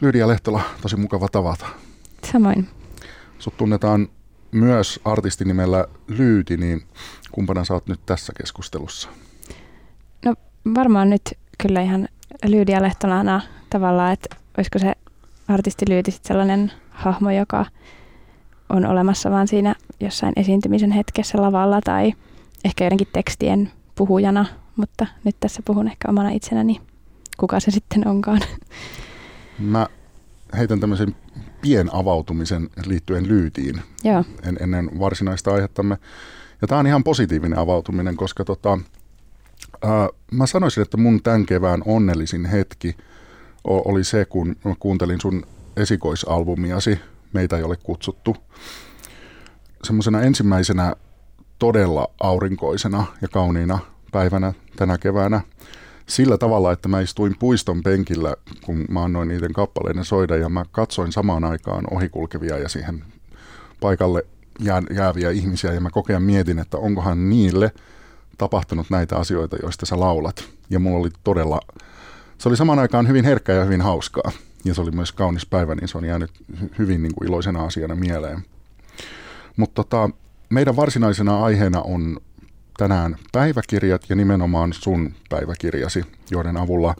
Lyydia Lehtola, tosi mukava tavata. Samoin. Sut tunnetaan myös artistinimellä Lyyti, niin kumpana sä oot nyt tässä keskustelussa? No varmaan nyt kyllä ihan Lyydia Lehtolana tavallaan, että olisiko se artisti Lyyti sitten sellainen hahmo, joka on olemassa vaan siinä jossain esiintymisen hetkessä lavalla tai ehkä joidenkin tekstien puhujana, mutta nyt tässä puhun ehkä omana itsenäni, kuka se sitten onkaan. Mä heitän tämmöisen pienavautumisen liittyen Lyytiin. Joo. Ennen varsinaista aihettamme. Ja tää on ihan positiivinen avautuminen, koska mä sanoisin, että mun tämän kevään onnellisin hetki oli se, kun mä kuuntelin sun esikoisalbumiasi, Meitä ei ole kutsuttu. Semmoisena ensimmäisenä todella aurinkoisena ja kauniina päivänä tänä keväänä. Sillä tavalla, että mä istuin puiston penkillä, kun mä annoin niiden kappaleiden soida, ja mä katsoin samaan aikaan ohikulkevia ja siihen paikalle jääviä ihmisiä, ja mä koko ajan mietin, että onkohan niille tapahtunut näitä asioita, joista sä laulat. Ja mulla oli se oli samaan aikaan hyvin herkkää ja hyvin hauskaa, ja se oli myös kaunis päivä, niin se on jäänyt hyvin niin kuin iloisena asiana mieleen. Mutta meidän varsinaisena aiheena on tänään päiväkirjat ja nimenomaan sun päiväkirjasi, joiden avulla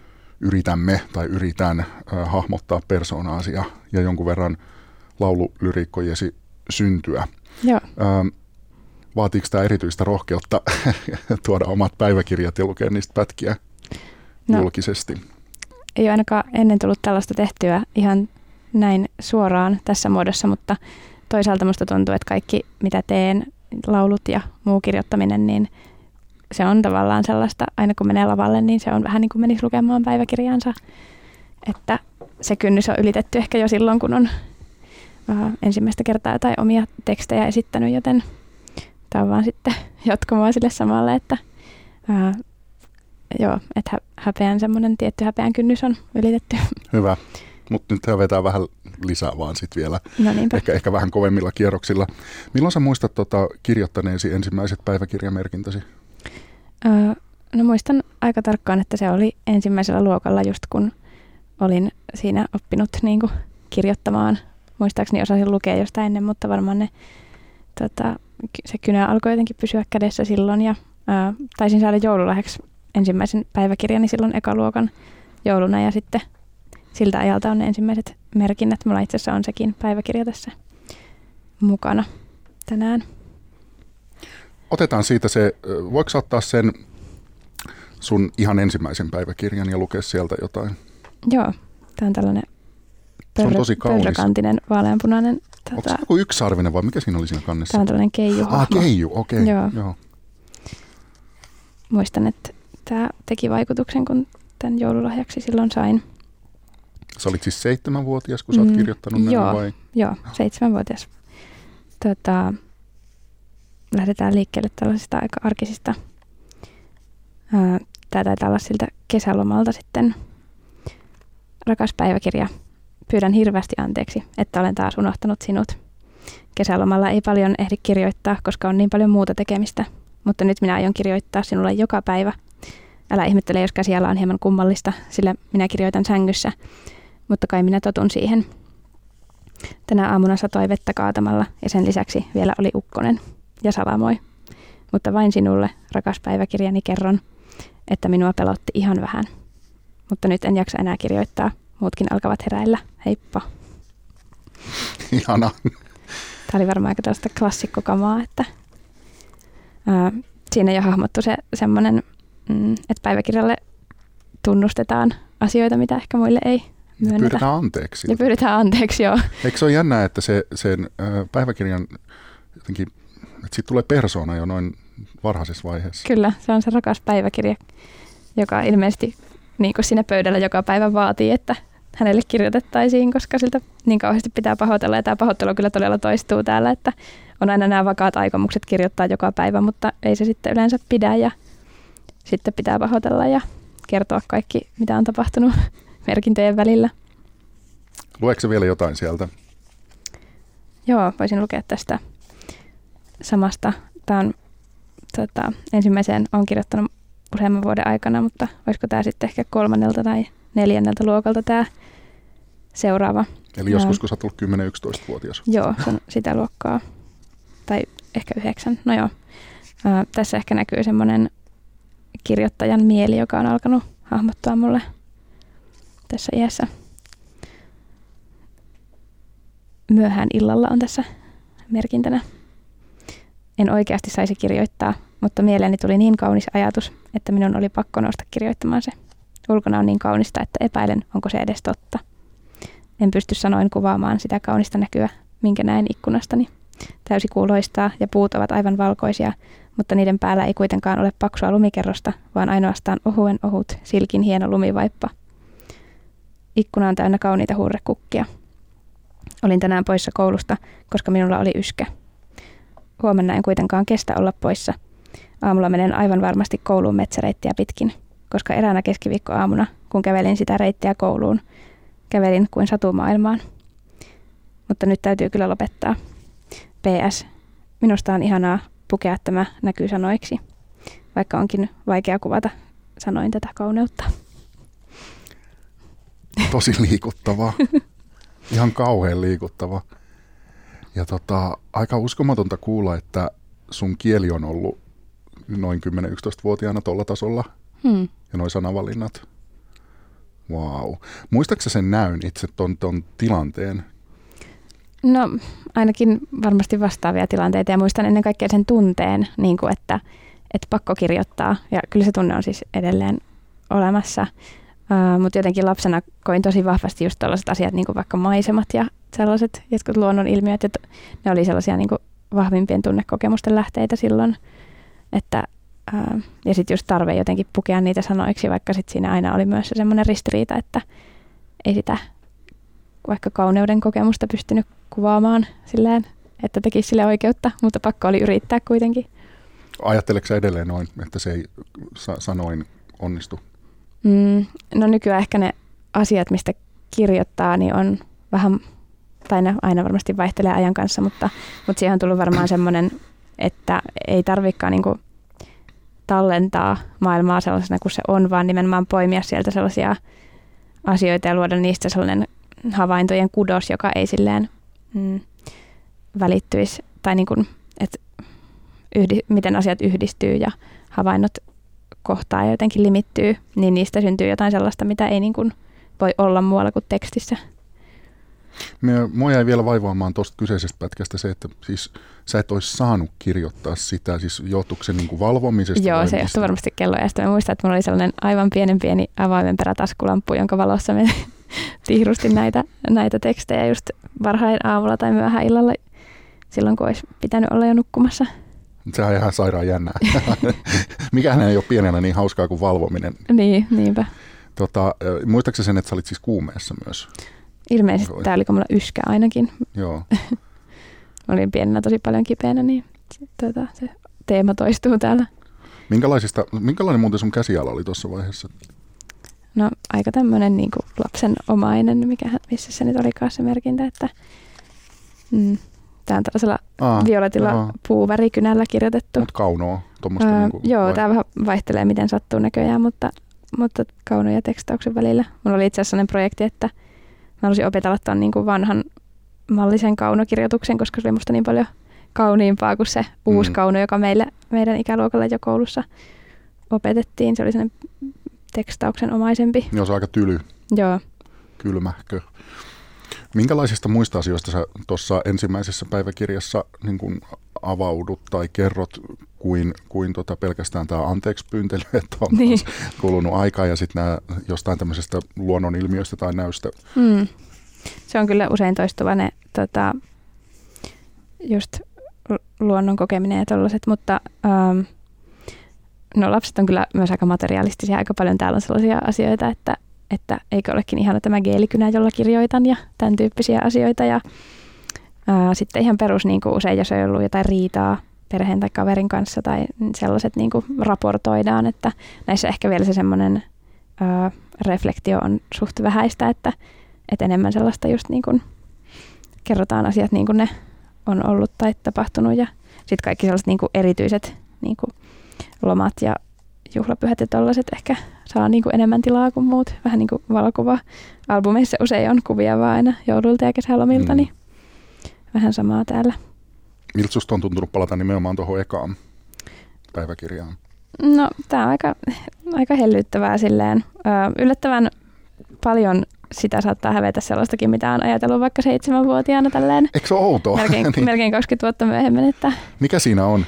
yritän hahmottaa persoonaasi ja jonkun verran laululyriikkojesi syntyä. Joo. Vaatiiko tämä erityistä rohkeutta tuoda omat päiväkirjat ja lukea niistä pätkiä julkisesti? Ei ole ainakaan ennen tullut tällaista tehtyä ihan näin suoraan tässä muodossa, mutta toisaalta musta tuntuu, että kaikki mitä teen, laulut ja muu kirjoittaminen, niin se on tavallaan sellaista, aina kun menee lavalle, niin se on vähän niin kuin menisi lukemaan päiväkirjaansa. Että se kynnys on ylitetty ehkä jo silloin, kun on ensimmäistä kertaa jotain omia tekstejä esittänyt, joten tämä on vaan sitten jatkumoa sille samalle, että että semmoinen tietty häpeän kynnys on ylitetty. Hyvä, mutta nyt vetää vähän lisää vaan sitten vielä, no ehkä vähän kovemmilla kierroksilla. Milloin sä muistat kirjoittaneesi ensimmäiset päiväkirjamerkintäsi? No muistan aika tarkkaan, että se oli ensimmäisellä luokalla just kun olin siinä oppinut niin kuin kirjoittamaan. Muistaakseni osasin lukea jostain ennen, mutta varmaan se kynä alkoi jotenkin pysyä kädessä silloin. Ja taisin saada joululahjaksi ensimmäisen päiväkirjani silloin ekaluokan jouluna ja sitten siltä ajalta on ne ensimmäiset merkinnät. Mulla itse asiassa on sekin päiväkirja tässä mukana tänään. Otetaan siitä voiko ottaa sen sun ihan ensimmäisen päiväkirjan ja lukea sieltä jotain? Joo, tämä on tällainen pörrökantinen vaaleanpunainen. Onko se joku yksisarvinen vai mikä siinä oli siinä kannessa? Tämä on tällainen keijuhahmo. Keiju, okei. Joo. Muistan, että tämä teki vaikutuksen, kun tämän joululahjaksi silloin sain. Sä olit siis 7-vuotias, kun sä oot kirjoittanut näin vai? Joo, 7-vuotias. Lähdetään liikkeelle tällaisista aika arkisista. Tämä taitaa olla siltä kesälomalta sitten. Rakas päiväkirja, pyydän hirveästi anteeksi, että olen taas unohtanut sinut. Kesälomalla ei paljon ehdi kirjoittaa, koska on niin paljon muuta tekemistä, mutta nyt minä aion kirjoittaa sinulle joka päivä. Älä ihmettele, jos käsiala on hieman kummallista, sillä minä kirjoitan sängyssä, mutta kai minä totun siihen. Tänä aamuna satoi vettä kaatamalla ja sen lisäksi vielä oli ukkonen ja salamoi. Mutta vain sinulle, rakas päiväkirjani, kerron, että minua pelotti ihan vähän. Mutta nyt en jaksa enää kirjoittaa. Muutkin alkavat heräillä. Heippa. Ihana. Tämä oli varmaan aika tällaista klassikkokamaa, että siinä jo hahmottu semmoinen, että päiväkirjalle tunnustetaan asioita, mitä ehkä muille ei myönnetä. Pyydetään anteeksi. Ja pyydetään anteeksi, joo. Eikö se ole jännää, että sen päiväkirjan jotenkin, että siitä tulee persoona jo noin varhaisessa vaiheessa? Kyllä, se on se rakas päiväkirja, joka ilmeisesti niin kuin siinä pöydällä joka päivä vaatii, että hänelle kirjoitettaisiin, koska siltä niin kauheasti pitää pahoitella. Ja tämä pahoittelu kyllä todella toistuu täällä, että on aina nämä vakaat aikomukset kirjoittaa joka päivä, mutta ei se sitten yleensä pidä ja sitten pitää pahoitella ja kertoa kaikki, mitä on tapahtunut merkintöjen välillä. Lueeko vielä jotain sieltä? Joo, voisin lukea tästä samasta. Tämä on ensimmäiseen olen kirjoittanut useamman vuoden aikana, mutta olisiko tämä sitten ehkä 3. tai 4. luokalta tämä seuraava. Eli joskus, kun sä oot ollut 10-11-vuotias. Joo, se on sitä luokkaa. Tai ehkä 9. No joo. Tässä ehkä näkyy semmoinen kirjoittajan mieli, joka on alkanut hahmottua mulle tässä iässä. Myöhään illalla on tässä merkintänä. En oikeasti saisi kirjoittaa, mutta mieleeni tuli niin kaunis ajatus, että minun oli pakko nousta kirjoittamaan se. Ulkona on niin kaunista, että epäilen, onko se edes totta. En pysty sanoin kuvaamaan sitä kaunista näkyä, minkä näen ikkunastani. Täysikuu loistaa ja puut ovat aivan valkoisia, mutta niiden päällä ei kuitenkaan ole paksua lumikerrosta, vaan ainoastaan ohuen ohut, silkin hieno lumivaippa. Ikkuna on täynnä kauniita huurrekukkia. Olin tänään poissa koulusta, koska minulla oli yskä. Huomenna en kuitenkaan kestä olla poissa. Aamulla menen aivan varmasti kouluun metsäreittiä pitkin, koska eräänä keskiviikkoaamuna, kun kävelin sitä reittiä kouluun, kävelin kuin satumaailmaan. Mutta nyt täytyy kyllä lopettaa. PS. Minusta on ihanaa pukea tämä nykysanoiksi, vaikka onkin vaikea kuvata sanoin tätä kauneutta. Tosi liikuttavaa. Ihan kauhean liikuttava. Ja aika uskomatonta kuulla, että sun kieli on ollut noin 10-11-vuotiaana tuolla tasolla. Ja noi sanavalinnat. Vau. Muistaaksä sen näyn itse ton tilanteen? No ainakin varmasti vastaavia tilanteita ja muistan ennen kaikkea sen tunteen, niin kuin että pakko kirjoittaa. Ja kyllä se tunne on siis edelleen olemassa. Mutta jotenkin lapsena koin tosi vahvasti just tällaiset asiat, niin kuin vaikka maisemat ja sellaiset jotkut luonnonilmiöt. Ja ne oli sellaisia niin kuin vahvimpien tunnekokemusten lähteitä silloin. Ja sitten just tarve jotenkin pukea niitä sanoiksi, vaikka sitten siinä aina oli myös semmoinen ristiriita, että ei sitä vaikka kauneuden kokemusta pystynyt kuvaamaan silleen, että tekisi sille oikeutta, mutta pakko oli yrittää kuitenkin. Ajatteleeko sä edelleen noin, että se ei sanoin onnistu? No nykyään ehkä ne asiat, mistä kirjoittaa, niin on vähän, tai ne aina varmasti vaihtelee ajan kanssa, mutta siihen on tullut varmaan semmoinen, että ei tarvitsekaan niinku tallentaa maailmaa sellaisena kuin se on, vaan nimenomaan poimia sieltä sellaisia asioita ja luoda niistä sellainen havaintojen kudos, joka ei silleen välittyisi, tai niin kuin, että miten asiat yhdistyy ja havainnot kohtaa ja jotenkin limittyy, niin niistä syntyy jotain sellaista, mitä ei niin kuin voi olla muualla kuin tekstissä. Mua jäi vielä vaivaamaan tuosta kyseisestä pätkästä se, että siis sä et olisi saanut kirjoittaa sitä, siis johtuuko se niin kuin valvomisesta? Joo, se johtui varmasti kelloajasta. Mä muistan, että mulla oli sellainen aivan pieni avaimen perätaskulamppu, jonka valossa me tihrustin näitä tekstejä just varhain aamulla tai myöhään illalla, silloin kun olisi pitänyt olla jo nukkumassa. Sehän on ihan sairaan jännää. Mikään ei ole pienenä niin hauskaa kuin valvominen. Niin, niinpä. Muistaakseni sen, että sä olit siis kuumeessa myös? Ilmeisesti tämä oli mulla yskä ainakin. Joo. Olin pienenä tosi paljon kipeänä, niin se teema toistuu täällä. Minkälainen muuten sun käsiala oli tuossa vaiheessa? No aika tämmöinen niin kuin lapsen omainen, missä se nyt olikaan se merkintä, että tämä on tällaisella violetilla puuvärikynällä kirjoitettu. Mutta kaunoa? Joo, tämä vähän vaihtelee miten sattuu näköjään, mutta kauno ja tekstauksen välillä. Mulla oli itse asiassa sellainen projekti, että mä halusin opetella tuon niin kuin vanhan mallisen kaunokirjoituksen, koska se oli musta niin paljon kauniimpaa kuin se uusi kauno, joka meidän ikäluokalla jo koulussa opetettiin. Se oli sellainen tekstauksen omaisempi. Joo, se on aika tyly. Joo. Kylmähkö. Minkälaisista muista asioista sä tuossa ensimmäisessä päiväkirjassa niin kun avaudut tai kerrot kuin pelkästään tämä anteeksi pyyntely, että on niin kulunut aikaa ja sitten nämä jostain tämmöisestä luonnonilmiöstä tai näystä? Se on kyllä usein toistuva ne just luonnon kokeminen ja tollaiset, mutta no lapset on kyllä myös aika materialistisia. Aika paljon täällä on sellaisia asioita, että eikö olekin ihana tämä geelikynä, jolla kirjoitan ja tämän tyyppisiä asioita. Ja sitten ihan perus, niin kuin usein jos on ollut jotain riitaa perheen tai kaverin kanssa tai sellaiset niin kuin raportoidaan, että näissä ehkä vielä se semmoinen reflektio on suht vähäistä, että enemmän sellaista just niin kuin kerrotaan asiat niin kuin ne on ollut tai tapahtunut ja sitten kaikki sellaiset niin kuin erityiset niin kuin lomat ja juhlapyhät ja tollaiset ehkä saa niin kuin enemmän tilaa kuin muut. Vähän niin kuin valokuva-albumeissa usein on kuvia vaan aina joululta ja kesälomilta, niin vähän samaa täällä. Miltä susta on tuntunut palata nimenomaan tuohon ekaan päiväkirjaan? No, tää on aika hellyttävää silleen. Yllättävän paljon sitä saattaa hävetä sellaistakin, mitä on ajatellut vaikka 7-vuotiaana tälleen. Eikö se ole outoa? Melkein 20 vuotta myöhemmin. Että, mikä siinä on?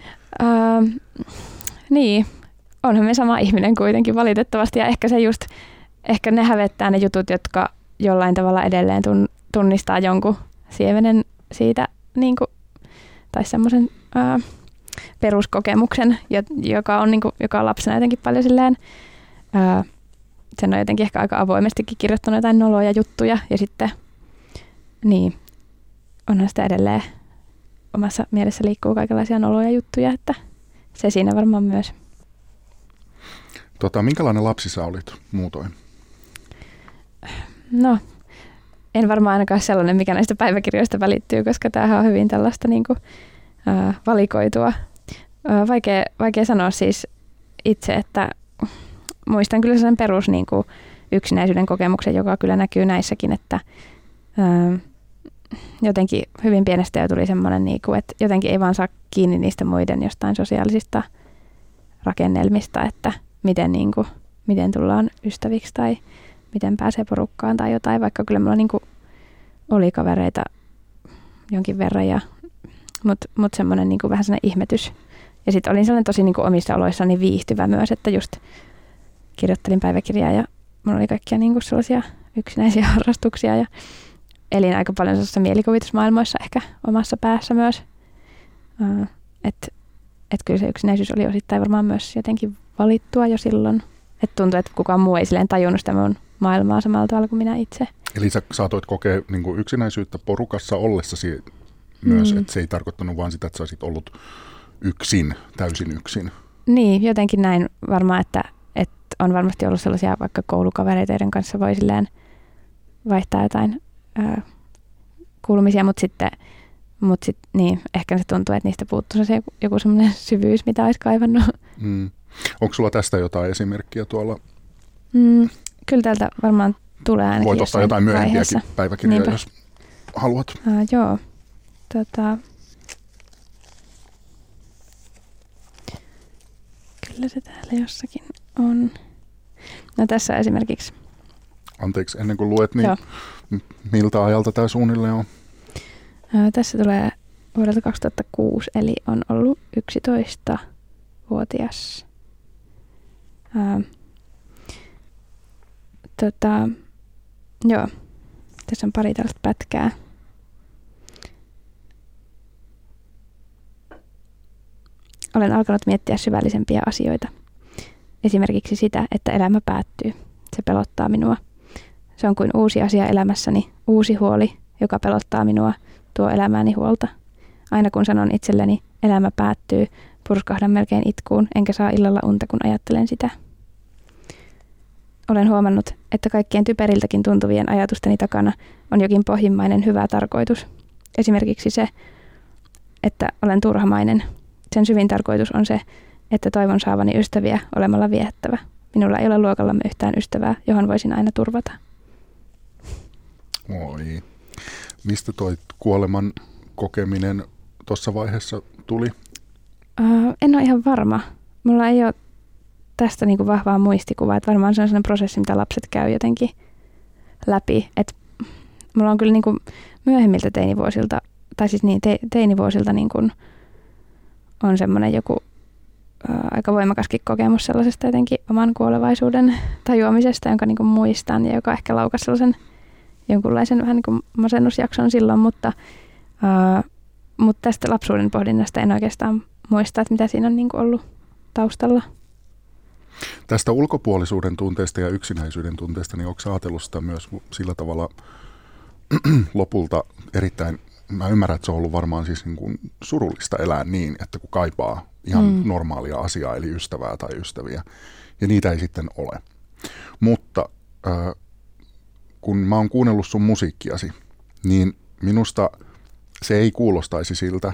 Niin, onhan me sama ihminen kuitenkin valitettavasti. Ja ehkä ne hävettää ne jutut, jotka jollain tavalla edelleen tunnistaa jonkun sievenen siitä, niin kuin, tai semmoisen peruskokemuksen, joka on lapsena jotenkin paljon silleen, sen on jotenkin ehkä aika avoimestikin kirjoittanut jotain noloja juttuja, ja sitten niin, onhan sitä edelleen omassa mielessä liikkuu kaikenlaisia noloja juttuja, että se siinä varmaan myös. Minkälainen lapsi sä olit muutoin? No, en varmaan ainakaan sellainen, mikä näistä päiväkirjoista välittyy, koska tämähän on hyvin tällaista niin kuin, valikoitua. Vaikea sanoa siis itse, että muistan kyllä sen perus niin kuin yksinäisyyden kokemuksen, joka kyllä näkyy näissäkin, että jotenkin hyvin pienestä jo tuli semmoinen, niin kuin, että jotenkin ei vaan saa kiinni niistä muiden jostain sosiaalisista rakennelmista, että miten tullaan ystäviksi tai miten pääsee porukkaan tai jotain, vaikka kyllä mulla niin kuin oli kavereita jonkin verran, mutta semmoinen niin kuin vähän sellainen ihmetys. Ja sitten olin sellainen tosi niin kuin omissa oloissani viihtyvä myös, että just kirjoittelin päiväkirjaa ja mulla oli kaikkia niin kuin sellaisia yksinäisiä harrastuksia ja elin aika paljon sellaisissa mielikuvitusmaailmoissa ehkä omassa päässä myös. Että kyllä se yksinäisyys oli osittain varmaan myös jotenkin valittua jo silloin. Että tuntui, että kukaan muu ei silleen tajunnut sitä mun maailmaa samalla tavalla kuin minä itse. Eli sä saatoit kokea niin kuin yksinäisyyttä porukassa ollessasi myös, että se ei tarkoittanut vaan sitä, että sä olisit ollut yksin, täysin yksin. Niin, jotenkin näin varmaan, että on varmasti ollut sellaisia vaikka koulukavereita, joiden kanssa voi silleen vaihtaa jotain kuulumisia, mutta sitten niin, ehkä se tuntuu, että niistä puuttuu se joku semmoinen syvyys, mitä olisi kaivannut. Onko sulla tästä jotain esimerkkiä tuolla? Kyllä täältä varmaan tulee ainakin. Voit ottaa jotain myöhempiäkin päiväkirjaa, jos haluat. Joo. Kyllä se täällä jossakin on. No tässä esimerkiksi. Anteeksi, ennen kuin luet, niin miltä ajalta tämä suunnilleen on? Tässä tulee vuodelta 2006, eli on ollut 11-vuotias. Joo, tässä on pari tällaista pätkää. Olen alkanut miettiä syvällisempiä asioita. Esimerkiksi sitä, että elämä päättyy. Se pelottaa minua. Se on kuin uusi asia elämässäni, uusi huoli, joka pelottaa minua, tuo elämääni huolta. Aina kun sanon itselleni, elämä päättyy, purskahdan melkein itkuun, enkä saa illalla unta, kun ajattelen sitä. Olen huomannut, että kaikkien typeriltäkin tuntuvien ajatusteni takana on jokin pohjimmainen hyvä tarkoitus. Esimerkiksi se, että olen turhamainen. Sen syvin tarkoitus on se, että toivon saavani ystäviä olemalla viehättävä. Minulla ei ole luokallamme yhtään ystävää, johon voisin aina turvata. Oi. Mistä toi kuoleman kokeminen tuossa vaiheessa tuli? En ole ihan varma. Mulla ei ole tästä niinku vahvaa muistikuvaa. Että varmaan se on sellainen prosessi, mitä lapset käy jotenkin läpi. Et mulla on kyllä niinku myöhemmiltä teinivuosilta, tai siis niin, teinivuosilta niinku on semmoinen joku aika voimakaskin kokemus sellaisesta jotenkin oman kuolevaisuuden tajuamisesta, jonka niinku muistan ja joka ehkä laukasi sellaisen jonkunlaisen vähän niin kuin masennusjakson silloin, mutta tästä lapsuuden pohdinnasta en oikeastaan muista, että mitä siinä on niin kuin ollut taustalla. Tästä ulkopuolisuuden tunteesta ja yksinäisyyden tunteesta, niin onko ajatellut sitä myös sillä tavalla lopulta erittäin, mä ymmärrän, että se on ollut varmaan siis niin kuin surullista elää niin, että kun kaipaa ihan normaalia asiaa, eli ystävää tai ystäviä, ja niitä ei sitten ole. Mutta kun mä oon kuunnellut sun musiikkiasi, niin minusta se ei kuulostaisi siltä,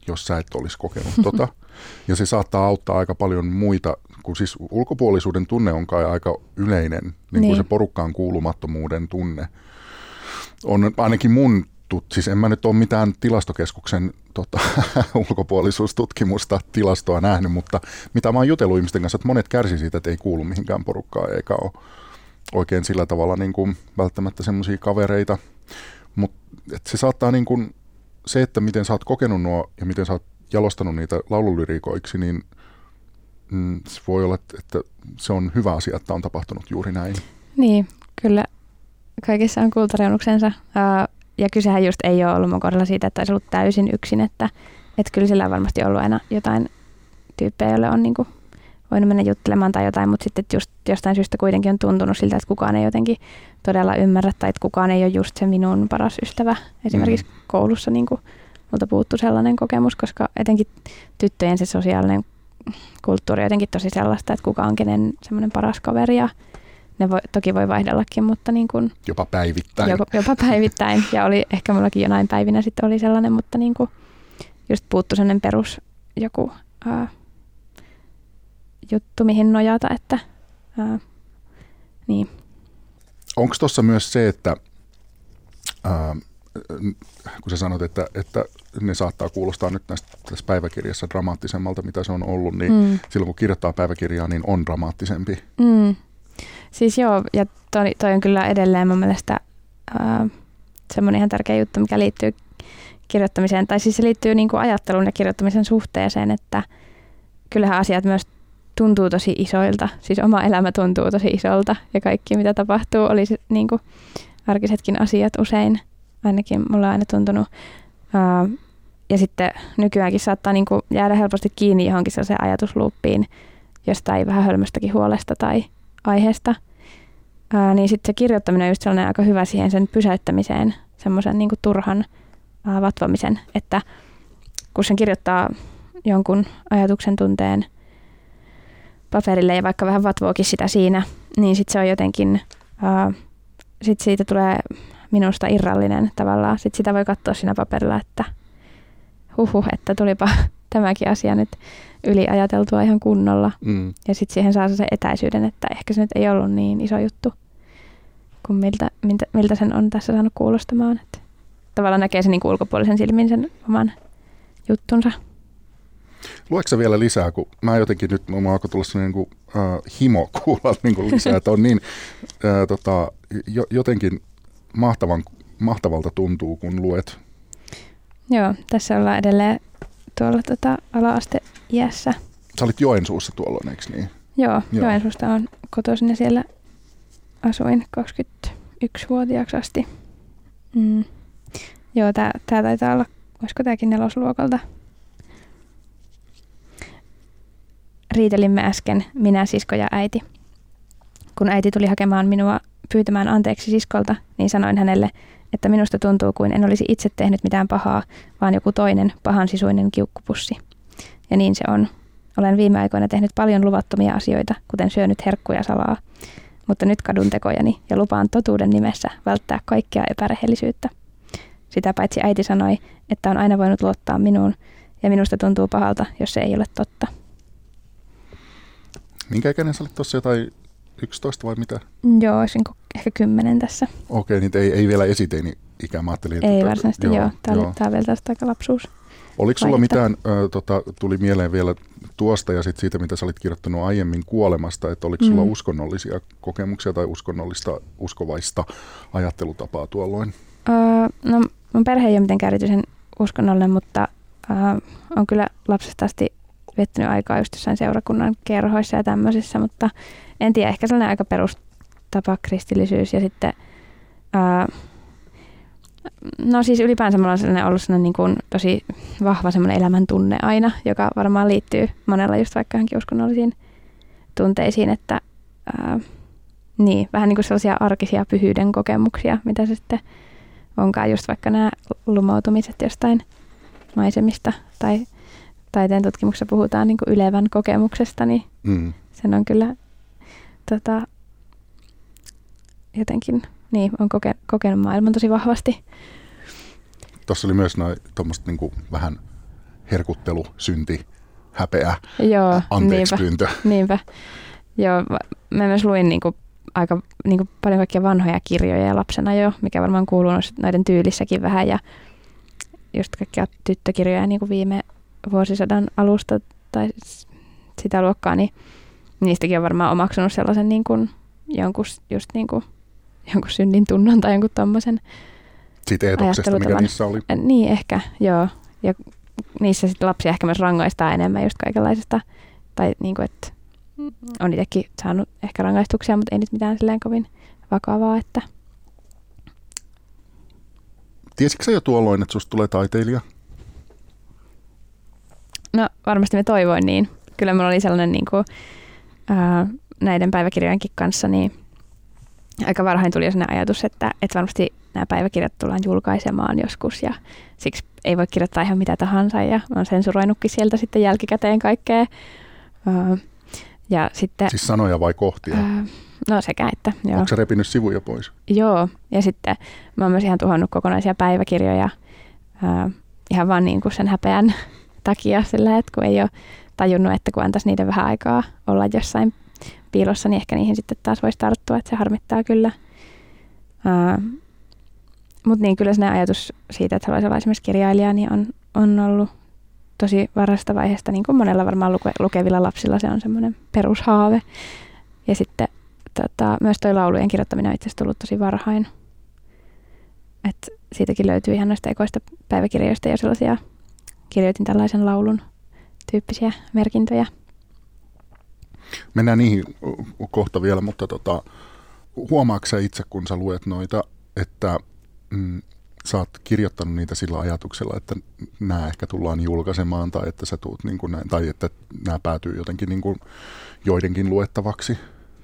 jos sä et olisi kokenut tota. Ja se saattaa auttaa aika paljon muita, kun siis ulkopuolisuuden tunne on kai aika yleinen, niin kuin se porukkaan kuulumattomuuden tunne. On ainakin mun, siis en mä nyt ole mitään tilastokeskuksen ulkopuolisuustutkimusta, tilastoa nähnyt, mutta mitä mä oon jutellut ihmisten kanssa, että monet kärsii siitä, että ei kuulu mihinkään porukkaan, eikä ole oikein sillä tavalla niin kuin välttämättä semmoisia kavereita. Mutta se saattaa niin kuin, se, että miten sä oot kokenut nuo ja miten sä oot jalostanut niitä laululyriikoiksi, niin se voi olla, että se on hyvä asia, että on tapahtunut juuri näin. Niin, kyllä kaikissa on kultareunuksensa. Ja kysehän just ei ole ollut mun kohdalla siitä, että olisi ollut täysin yksin, että kyllä sillä on varmasti ollut aina jotain tyyppejä, joille on niin kuin voinut mennä juttelemaan tai jotain, mutta sitten just jostain syystä kuitenkin on tuntunut siltä, että kukaan ei jotenkin todella ymmärrä tai että kukaan ei ole just se minun paras ystävä. Esimerkiksi koulussa niin kuin multa puuttuu sellainen kokemus, koska etenkin tyttöjen se sosiaalinen kulttuuri on jotenkin tosi sellaista, että kuka on kenen semmoinen paras kaveri ja ne toki voi vaihdellakin, mutta niin kuin jopa päivittäin. Jopa päivittäin ja oli ehkä mullakin jonain päivinä sitten oli sellainen, mutta niin kuin just puuttui sellainen perus joku juttu, mihin nojata, että niin. Onko tuossa myös se, että kun sä sanot, että ne saattaa kuulostaa nyt tässä päiväkirjassa dramaattisemmalta, mitä se on ollut, niin silloin kun kirjoittaa päiväkirjaa, niin on dramaattisempi. Siis joo, ja toi on kyllä edelleen mun mielestä semmoinen ihan tärkeä juttu, mikä liittyy kirjoittamiseen, tai siis se liittyy niin kuin ajattelun ja kirjoittamisen suhteeseen, että kyllähän asiat myös tuntuu tosi isoilta, siis oma elämä tuntuu tosi isolta ja kaikki mitä tapahtuu olisi niin kuin arkisetkin asiat usein, ainakin mulla on aina tuntunut. Ja sitten nykyäänkin saattaa niin kuin jäädä helposti kiinni johonkin sellaiseen ajatusluuppiin jostain vähän hölmöstäkin huolesta tai aiheesta. Niin sitten se kirjoittaminen on just sellainen aika hyvä siihen sen pysäyttämiseen, semmoisen niin kuin turhan vatvomisen, että kun sen kirjoittaa jonkun ajatuksen tunteen paperille ja vaikka vähän vatvookin sitä siinä, niin sitten se on jotenkin, sitten siitä tulee minusta irrallinen tavallaan. Sitten sitä voi katsoa siinä paperilla, että että tulipa tämäkin asia nyt yliajateltua ihan kunnolla. Ja sitten siihen saa sen etäisyyden, että ehkä se nyt ei ollut niin iso juttu kuin miltä sen on tässä saanut kuulostamaan. Että tavallaan näkee sen niin kuin ulkopuolisen silmin sen oman juttunsa. Luetko sä vielä lisää, kun mä jotenkin nyt, mä alkoi tulla sellainen niin himo kuulla niin kuin lisää, että on niin jotenkin mahtavalta tuntuu, kun luet. Joo, tässä ollaan edelleen tuolla ala-asteiässä. Sä olit Joensuussa tuolloin, eikö niin? Joo. Joensuusta on kotoisin ja siellä asuin 21-vuotiaaksi asti. Joo, tää taitaa olla, olisiko tääkin 4. luokalta. Riitelimme äsken, minä, sisko ja äiti. Kun äiti tuli hakemaan minua pyytämään anteeksi siskolta, niin sanoin hänelle, että minusta tuntuu kuin en olisi itse tehnyt mitään pahaa, vaan joku toinen pahansisuinen kiukkupussi. Ja niin se on. Olen viime aikoina tehnyt paljon luvattomia asioita, kuten syönyt herkkuja salaa. Mutta nyt kadun tekojani ja lupaan totuuden nimessä välttää kaikkea epärehellisyyttä. Sitä paitsi äiti sanoi, että on aina voinut luottaa minuun, ja minusta tuntuu pahalta, jos se ei ole totta. Minkä ikäinen sä olit tuossa, jotain 11 vai mitä? Joo, olisin ehkä 10 tässä. Okei, niin ei vielä esiteini-ikä, mä ajattelin. Ei varsinaisesti, joo. Tämä on vielä tästä aika lapsuus. Oliko sulla mitään, tuli mieleen vielä tuosta ja sit siitä, mitä sä olit kirjoittanut aiemmin kuolemasta, että oliko sulla uskonnollisia kokemuksia tai uskovaista ajattelutapaa tuolloin? No mun perhe ei ole mitenkään erityisen uskonnollinen, mutta on kyllä lapsesta asti viettänyt aikaa just jossain seurakunnan kerhoissa ja tämmöisissä, mutta en tiedä, ehkä sellainen aika perustapa kristillisyys ja sitten no siis ylipäänsä mulla on sellainen ollut sellainen niin kuin tosi vahva semmoinen elämäntunne aina, joka varmaan liittyy monella just vaikka johonkin uskonnollisiin tunteisiin, että niin, vähän niin kuin sellaisia arkisia pyhyyden kokemuksia, mitä se sitten onkaan just vaikka nämä lumoutumiset jostain maisemista tai taiteen tutkimuksessa puhutaan niin kuin ylevän kokemuksesta, niin sen on kyllä jotenkin, niin on kokenut maailman tosi vahvasti. Tuossa oli myös tuommoista niin vähän herkuttelu, synti, häpeä, Joo, anteeksipyyntö. Niinpä. Joo, mä myös luin niinku aika niinku paljon kaikkia vanhoja kirjoja lapsena jo, mikä varmaan kuuluu noiden tyylissäkin vähän ja just kaikkia tyttökirjoja niinku viime vuosisadan alusta tai sitä luokkaa, niin niistäkin on varmaan omaksunut sellaisen niinku jonkun synnin tunnon tai jonkun tommosen siitä eetoksesta, mikä niissä oli. Niin ehkä, joo. Ja niissä sitten lapsia ehkä myös rangaistaan enemmän just kaikenlaisesta, tai niinku, että on itsekin saanut ehkä rangaistuksia, mutta ei nyt mitään silleen kovin vakavaa, että... Tiesitkö sä jo tuolloin, että susta tulee taiteilija? No varmasti mä toivoin niin. Kyllä mulla oli sellainen niinku, näiden päiväkirjojenkin kanssa, niin aika varhain tuli jo sellainen ajatus, että varmasti nämä päiväkirjat tullaan julkaisemaan joskus ja siksi ei voi kirjoittaa ihan mitä tahansa ja mä oon sensuroinutkin sieltä sitten jälkikäteen kaikkea. Ja sitten, siis sanoja vai kohtia? No sekä että. Joo. Onko sä repinyt sivuja pois? Joo, ja sitten mä oon myös ihan tuhannut kokonaisia päiväkirjoja ihan vaan niin kuin sen häpeän takia sillä, että kun ei ole tajunnut, että kun antaisi niiden vähän aikaa olla jossain piilossa, niin ehkä niihin sitten taas voisi tarttua, että se harmittaa kyllä. Mutta niin kyllä se ajatus siitä, että haluaisi olla esimerkiksi kirjailija, niin on ollut tosi varhaisesta vaiheesta, niin kuin monella varmaan lukevilla lapsilla se on semmoinen perushaave. Ja sitten myös toi laulujen kirjoittaminen on itse asiassa tullut tosi varhain. Et siitäkin löytyy ihan noista ekoista päiväkirjoista jo sellaisia, kirjoitin tällaisen laulun tyyppisiä merkintöjä. Mennään niihin kohta vielä, mutta huomaatko sä itse, kun sä luet noita, että sä oot kirjoittanut niitä sillä ajatuksella, että nämä ehkä tullaan julkaisemaan tai että sä tuut niin kuin näin, tai että nämä päätyy jotenkin niin kuin joidenkin luettavaksi?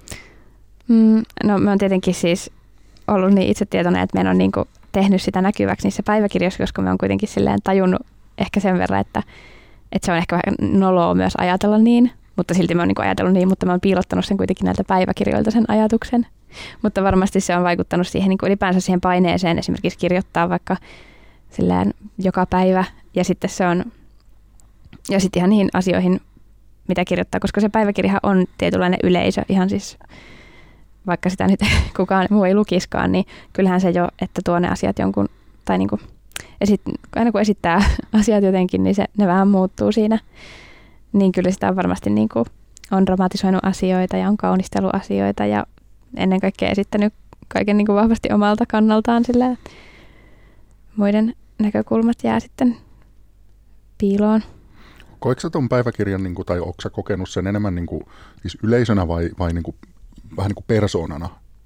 No mä oon tietenkin siis ollut niin itsetietoinen, että mä en ole niin kuin tehnyt sitä näkyväksi niissä päiväkirjoissa, koska mä oon kuitenkin silleen tajunnut ehkä sen verran, että se on ehkä vähän noloa myös ajatella niin, mutta silti mä oon niin ajatellut niin, mutta mä oon piilottanut sen kuitenkin näiltä päiväkirjoilta sen ajatuksen. Mutta varmasti se on vaikuttanut siihen niin kuin ylipäänsä siihen paineeseen esimerkiksi kirjoittaa vaikka silleen joka päivä ja sitten se on ja sitten ihan niihin asioihin, mitä kirjoittaa, koska se päiväkirja on tietynlainen yleisö, ihan siis vaikka sitä nyt kukaan muu ei lukiskaan, niin kyllähän se jo, että tuo ne asiat jonkun, tai niin kuin aina kun esittää asiat jotenkin, niin ne vähän muuttuu siinä. Niin kyllä sitä on varmasti niin kuin on dramatisoinut asioita ja on kaunistellut asioita ja ennen kaikkea esittänyt kaiken niin kuin vahvasti omalta kannaltaan sillä muiden näkökulmat jää sitten piiloon. Koetko sä ton päiväkirjan, niin kuin, tai onko sä kokenut sen enemmän niin kuin, siis yleisönä vai niin kuin, vähän niin kuin persoonana?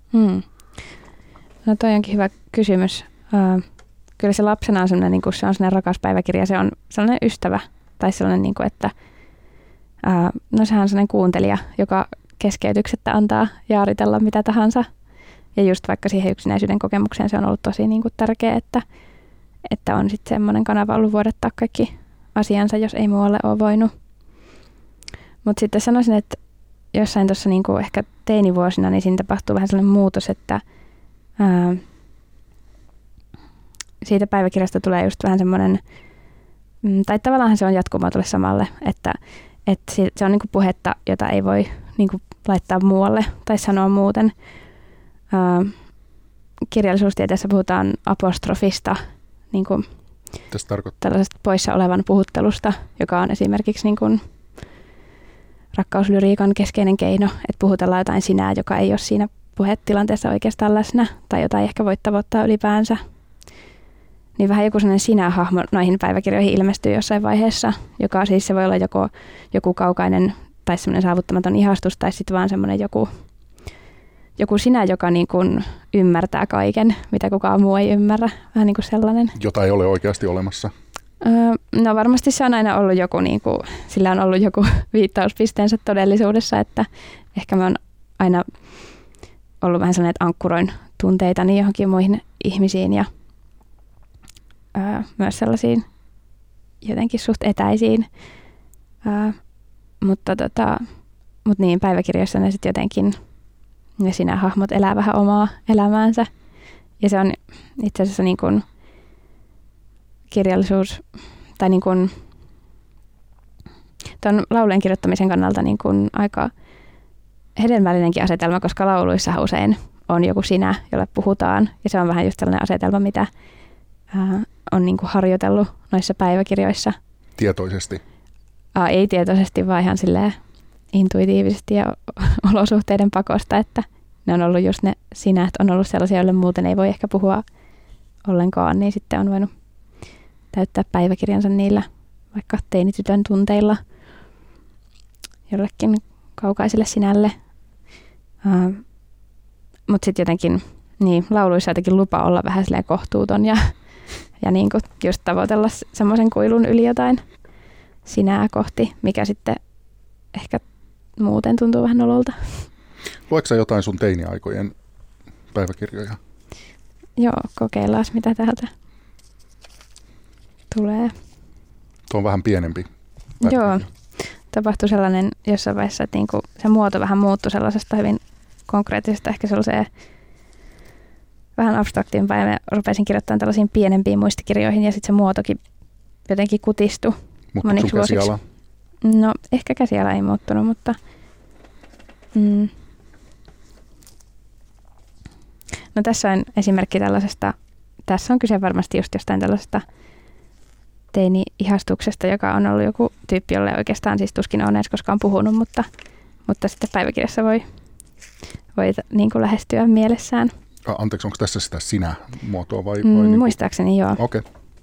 No toi onkin hyvä kysymys. Kyllä se lapsena on sellainen, niin kuin, se on sellainen rakas päiväkirja, se on sellainen ystävä tai sellainen, niin kuin, että no sehän on sellainen kuuntelija, joka keskeytyksettä antaa jaaritella mitä tahansa. Ja just vaikka siihen yksinäisyyden kokemukseen se on ollut tosi niin kuin tärkeä, että on sitten semmoinen kanava ollut vuodattaa kaikki asiansa, jos ei muualle ole voinut. Mutta sitten sanoisin, että jossain tuossa niin kuin ehkä teinivuosina, niin siinä tapahtuu vähän sellainen muutos, että siitä päiväkirjasta tulee just vähän semmoinen, tai tavallaan se on jatkumoa tuolle samalle, että se on niin kuin puhetta, jota ei voi niin kuin laittaa muualle tai sanoa muuten. Kirjallisuustieteessä puhutaan apostrofista, niin kuin tällaisesta poissa olevan puhuttelusta, joka on esimerkiksi niin kuin rakkauslyriikan keskeinen keino, että puhutellaan jotain sinää, joka ei ole siinä puhetilanteessa oikeastaan läsnä tai jotain ehkä voi tavoittaa ylipäänsä. Niin vähän joku sellainen sinä-hahmo noihin päiväkirjoihin ilmestyy jossain vaiheessa, joka siis se voi olla joku kaukainen tai semmoinen saavuttamaton ihastus tai sitten vaan semmoinen joku sinä, joka niin kuin ymmärtää kaiken, mitä kukaan muu ei ymmärrä. Vähän niin kuin sellainen. Jota ei ole oikeasti olemassa. No varmasti se on aina ollut joku, niin kuin, sillä on ollut joku viittauspisteensä todellisuudessa, että ehkä mä oon aina ollut vähän sellainen, että ankkuroin tunteitani johonkin muihin ihmisiin ja myös jotenkin suht etäisiin. Mutta niin, päiväkirjoissa ne sitten jotenkin, ne sinä hahmot elää vähän omaa elämäänsä. Ja se on itse asiassa niin kuin kirjallisuus, tai niin kuin tuon laulujen kirjoittamisen kannalta niin kuin aika hedelmällinenkin asetelma, koska lauluissa usein on joku sinä, jolle puhutaan. Ja se on vähän just sellainen asetelma, mitä on niin kuin harjoitellut noissa päiväkirjoissa. Tietoisesti? Ei tietoisesti, vaan ihan silleen intuitiivisesti ja olosuhteiden pakosta, että ne on ollut just ne sinät, on ollut sellaisia, joille muuten ei voi ehkä puhua ollenkaan, niin sitten on voinut täyttää päiväkirjansa niillä vaikka teinitytön tunteilla jollekin kaukaiselle sinälle. Mutta sitten jotenkin niin, lauluissa jotenkin lupa olla vähän silleen kohtuuton ja niin kuin just tavoitella semmoisen kuilun yli jotain sinää kohti, mikä sitten ehkä muuten tuntuu vähän nololta. Luetko sä jotain sun teiniaikojen päiväkirjoja? Joo, kokeillaan mitä täältä tulee. Tuo on vähän pienempi. Joo, tapahtui sellainen jossain vaiheessa, että niinku se muoto vähän muuttui sellaisesta hyvin konkreettisesta, ehkä sellaiseen vähän abstraktiimpaan, ja mä rupesin kirjoittamaan tällaisiin pienempiin muistikirjoihin, ja sitten se muotokin jotenkin kutistui moniksi vuosiksi. No, ehkä käsiala ei muuttunut, mutta no tässä on esimerkki tällaisesta, tässä on kyse varmasti just jostain tällaisesta teini-ihastuksesta, joka on ollut joku tyyppi, jolle oikeastaan siis tuskin on edes koskaan puhunut, mutta sitten päiväkirjassa voi niin kuin lähestyä mielessään. Anteeksi, onko tässä sitä sinä-muotoa vai muistaakseni joo. Okei.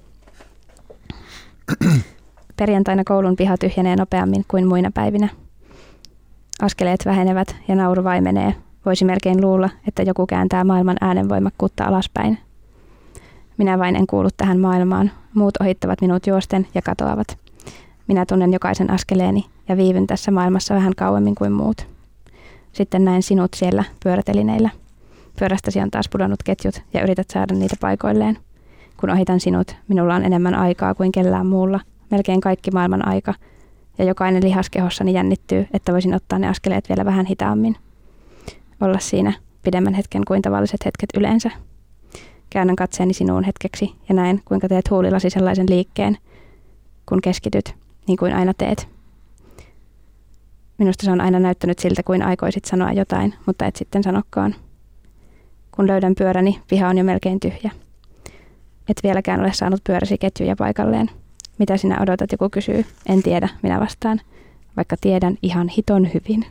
Perjantaina koulun piha tyhjenee nopeammin kuin muina päivinä. Askeleet vähenevät ja nauru vaimenee. Voisi melkein luulla, että joku kääntää maailman äänenvoimakkuutta alaspäin. Minä vain en kuulu tähän maailmaan. Muut ohittavat minut juosten ja katoavat. Minä tunnen jokaisen askeleeni ja viivyn tässä maailmassa vähän kauemmin kuin muut. Sitten näen sinut siellä pyörätelineillä. Pyörästäsi on taas pudonnut ketjut ja yrität saada niitä paikoilleen. Kun ohitan sinut, minulla on enemmän aikaa kuin kellään muulla. Melkein kaikki maailman aika. Ja jokainen lihas kehossani jännittyy, että voisin ottaa ne askeleet vielä vähän hitaammin. Olla siinä pidemmän hetken kuin tavalliset hetket yleensä. Käännän katseeni sinuun hetkeksi ja näen, kuinka teet huulillasi sellaisen liikkeen, kun keskityt, niin kuin aina teet. Minusta se on aina näyttänyt siltä, kuin aikoisit sanoa jotain, mutta et sitten sanokaan. Kun löydän pyöräni, piha on jo melkein tyhjä. Et vieläkään ole saanut pyöräsi ketjuja paikalleen. Mitä sinä odotat, joku kysyy. En tiedä, minä vastaan. Vaikka tiedän ihan hiton hyvin.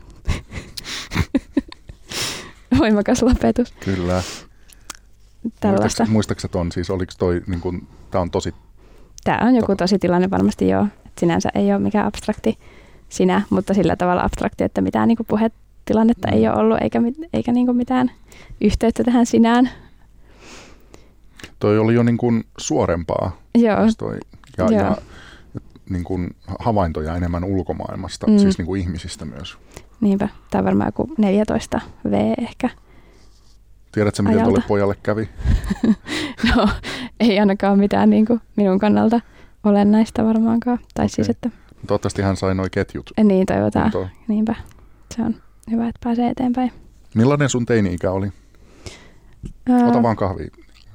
Voimakas lopetus. Kyllä. Tällaista. Muistaaksä ton, siis oliko toi, niin kun, tää on tosi... Tää on joku tosi tilanne varmasti joo. Et sinänsä ei ole mikään abstrakti sinä, mutta sillä tavalla abstrakti, että mitään niin kuin puhetilannetta ei ole ollut, eikä niin kuin mitään yhteyttä tähän sinään. Toi oli jo niin kuin suorempaa. Joo. Ja niin kuin havaintoja enemmän ulkomaailmasta, siis niin kuin ihmisistä myös. Niinpä. Tämä on varmaan joku 14 V ehkä. Tiedätkö, miten tuolle pojalle kävi? No, ei ainakaan mitään niin kuin minun kannalta olennaista varmaankaan. Tai siis, että... Toivottavasti hän sai nuo ketjut. Niin, toivotaan. Niinpä. Se on hyvä, että pääsee eteenpäin. Millainen sun teini-ikä oli? Ota vaan kahvia.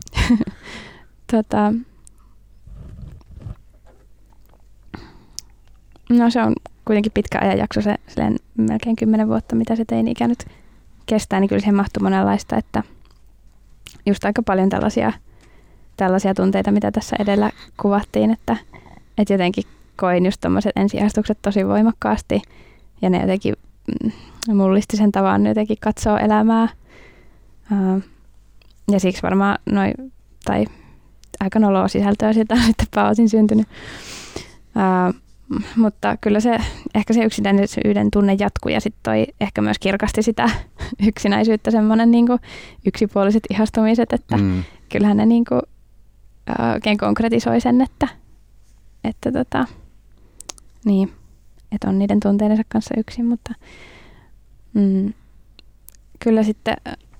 No se on kuitenkin pitkä ajanjakso, se melkein 10 vuotta, mitä se teini-ikä nyt kestää, niin kyllä siihen mahtuu monenlaista, että just aika paljon tällaisia tunteita, mitä tässä edellä kuvattiin, että jotenkin koin just tommoset ensiastukset tosi voimakkaasti ja ne jotenkin mullisti sen tavan jotenkin katsoa elämää ja siksi varmaan tai aika noloa sisältöä siitä on sitten pääosin syntynyt. Mutta kyllä ehkä se yksinäisyyden tunne jatkui ja sitten toi ehkä myös kirkasti sitä yksinäisyyttä, semmoinen niinku yksipuoliset ihastumiset, että kyllähän ne niinku oikein konkretisoi sen, että niin, että on niiden tunteidensa kanssa yksin, mutta kyllä sitten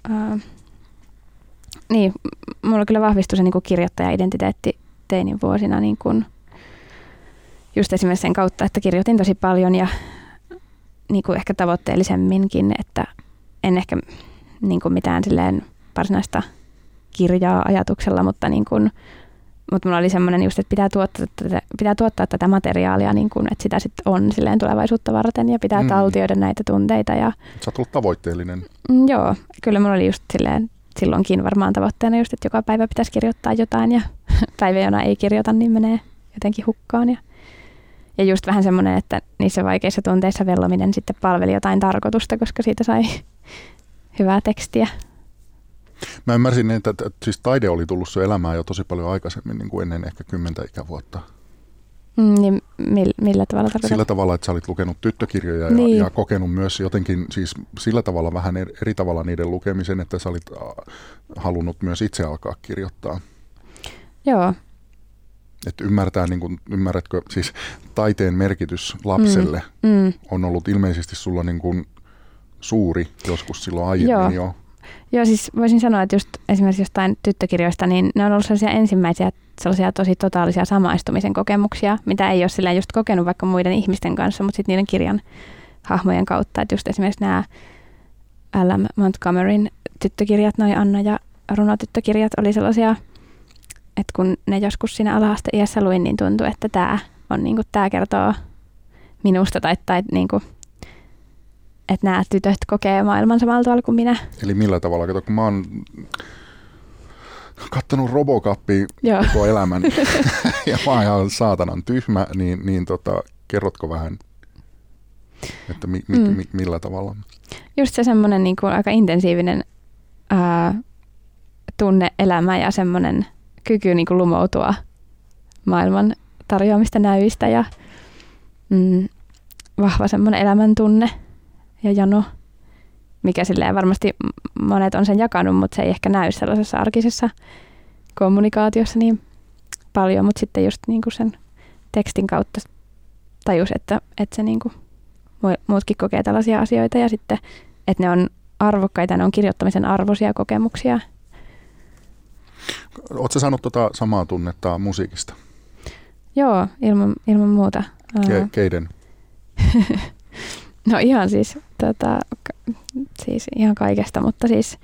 niin, mulla kyllä vahvistui se niinku kirjoittaja-identiteetti teinin vuosina niin kuin just esimerkiksi sen kautta, että kirjoitin tosi paljon ja niin kuin ehkä tavoitteellisemminkin, että en ehkä niin kuin mitään silleen varsinaista kirjaa ajatuksella, mutta niin kuin Mutta mulla oli semmoinen just, että pitää tuottaa tätä materiaalia, niin kun, että sitä sitten on silleen tulevaisuutta varten ja pitää taltioida näitä tunteita. Ja sä oot ollut tavoitteellinen. Joo, kyllä mulla oli just silleen, silloinkin varmaan tavoitteena just, että joka päivä pitäisi kirjoittaa jotain ja päivä, jona ei kirjoita, niin menee jotenkin hukkaan. Ja just vähän semmoinen, että niissä vaikeissa tunteissa vellominen sitten palveli jotain tarkoitusta, koska siitä sai hyvää tekstiä. Mä ymmärsin, että siis taide oli tullut sun elämään jo tosi paljon aikaisemmin, niin kuin ennen ehkä 10 ikävuotta. Niin millä tavalla tarkoitat? Sillä tavalla, että sä olit lukenut tyttökirjoja ja kokenut myös jotenkin siis sillä tavalla vähän eri tavalla niiden lukemisen, että sä olit halunnut myös itse alkaa kirjoittaa. Joo. Että ymmärrätkö, siis taiteen merkitys lapselle on ollut ilmeisesti sulla niin kuin suuri joskus silloin aiemmin jo. Joo, siis voisin sanoa, että just esimerkiksi jostain tyttökirjoista, niin ne on ollut sellaisia ensimmäisiä sellaisia tosi totaalisia samaistumisen kokemuksia, mitä ei ole silleen just kokenut vaikka muiden ihmisten kanssa, mutta sitten niiden kirjan hahmojen kautta. Että just esimerkiksi nämä L.M. Montgomeryn tyttökirjat, noi Anna ja runotyttökirjat oli sellaisia, että kun ne joskus siinä ala-asteiässä luin, niin tuntui, että tämä kertoo minusta tai niinku, että nämä tytöt kokee maailman samalla tavalla kuin minä. Eli millä tavalla? Kato, kun mä oon kattonut Robocopia koko elämän ja mä oon ihan saatanan tyhmä, niin kerrotko vähän, että millä tavalla? Just se semmoinen niin kuin aika intensiivinen tunne-elämä ja semmoinen kyky niin kuin lumoutua maailman tarjoamista näyistä ja vahva semmoinen elämäntunne ja jano, mikä silleen varmasti monet on sen jakanut, mutta se ei ehkä näy sellaisessa arkisessa kommunikaatiossa niin paljon, mutta sitten just niin kuin sen tekstin kautta tajus, että se niin kuin muutkin kokee tällaisia asioita ja sitten, että ne on arvokkaita, ne on kirjoittamisen arvoisia kokemuksia. Oletko saanut samaa tunnetta musiikista? Joo, ilman muuta. Keiden? No ihan siis ihan kaikesta, mutta siis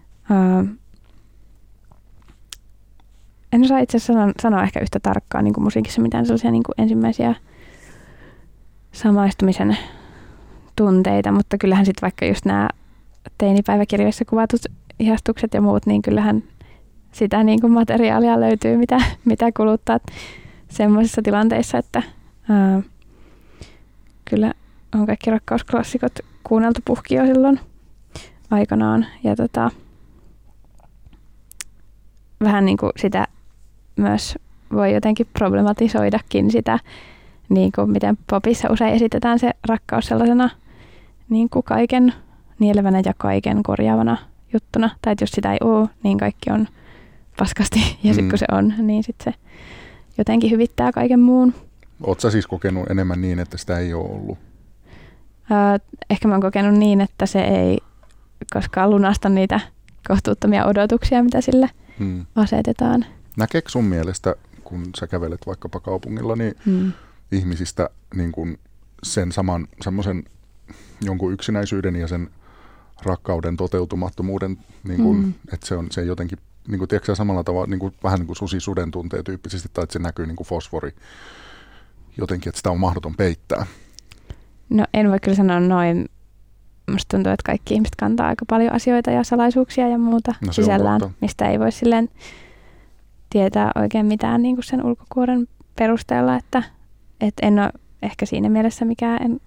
en osaa itse asiassa sanoa ehkä yhtä tarkkaan niin kuin musiikissa mitään sellaisia niin kuin ensimmäisiä samaistumisen tunteita, mutta kyllähän sitten vaikka just nämä teinipäiväkirjoissa kuvatut ihastukset ja muut, niin kyllähän sitä niin kuin materiaalia löytyy, mitä kuluttaa semmoisissa tilanteissa, että kyllä on kaikki rakkausklassikot kuunneltu puhki jo silloin aikanaan. Ja vähän niin kuin sitä myös voi jotenkin problematisoidakin sitä, niin kuin miten popissa usein esitetään se rakkaus sellaisena niin kuin kaiken nielevänä ja kaiken korjaavana juttuna. Tai että jos sitä ei ole, niin kaikki on paskasti. Ja sitten kun se on, niin sitten se jotenkin hyvittää kaiken muun. Oletko sä siis kokenut enemmän niin, että sitä ei ole ollut? Ehkä mä oon kokenut niin, että se ei koskaan lunasta niitä kohtuuttomia odotuksia, mitä sille asetetaan. Näkeekö sun mielestä, kun sä kävelet vaikkapa kaupungilla, niin ihmisistä niin kuin sen saman semmoisen jonkun yksinäisyyden ja sen rakkauden toteutumattomuuden, niin kuin, että se jotenkin, niin kuin, tiedätkö sä samalla tavalla, niin kuin, vähän niin kuin susi suden tuntee tyyppisesti, tai että se näkyy niin kuin fosfori jotenkin, että sitä on mahdoton peittää? No en voi kyllä sanoa noin. Musta tuntuu, että kaikki ihmiset kantaa aika paljon asioita ja salaisuuksia ja muuta sisällään, mistä ei voi silleen tietää oikein mitään niin kuin sen ulkokuoren perusteella, että en ole ehkä siinä mielessä mikään,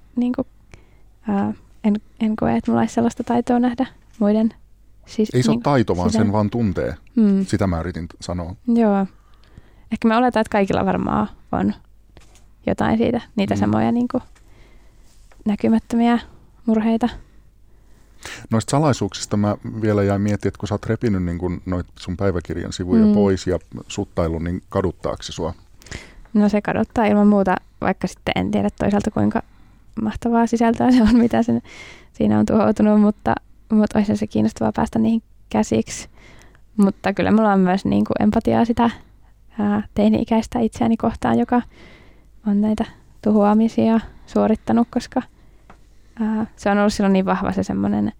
en koe, että mulla olisi sellaista taitoa nähdä muiden ei se ole taito, vaan sen vaan tuntee. Sitä mä yritin sanoa. Joo. Ehkä mä oletan, että kaikilla varmaan on jotain siitä, niitä samoja niin kuin näkymättömiä murheita. Noista salaisuuksista mä vielä jäin miettimään, että kun sä oot repinyt niin kun noit sun päiväkirjan sivuja pois ja suttaillut, niin kaduttaako se sua? No se kaduttaa ilman muuta, vaikka sitten en tiedä toisaalta kuinka mahtavaa sisältöä se on, mitä siinä on tuhoutunut, mutta olisi se kiinnostavaa päästä niihin käsiksi. Mutta kyllä mulla on myös niin kuin empatiaa sitä teini-ikäistä itseäni kohtaan, joka on näitä tuhoamisia suorittanut, koska se on ollut silloin niin vahva se semmoinen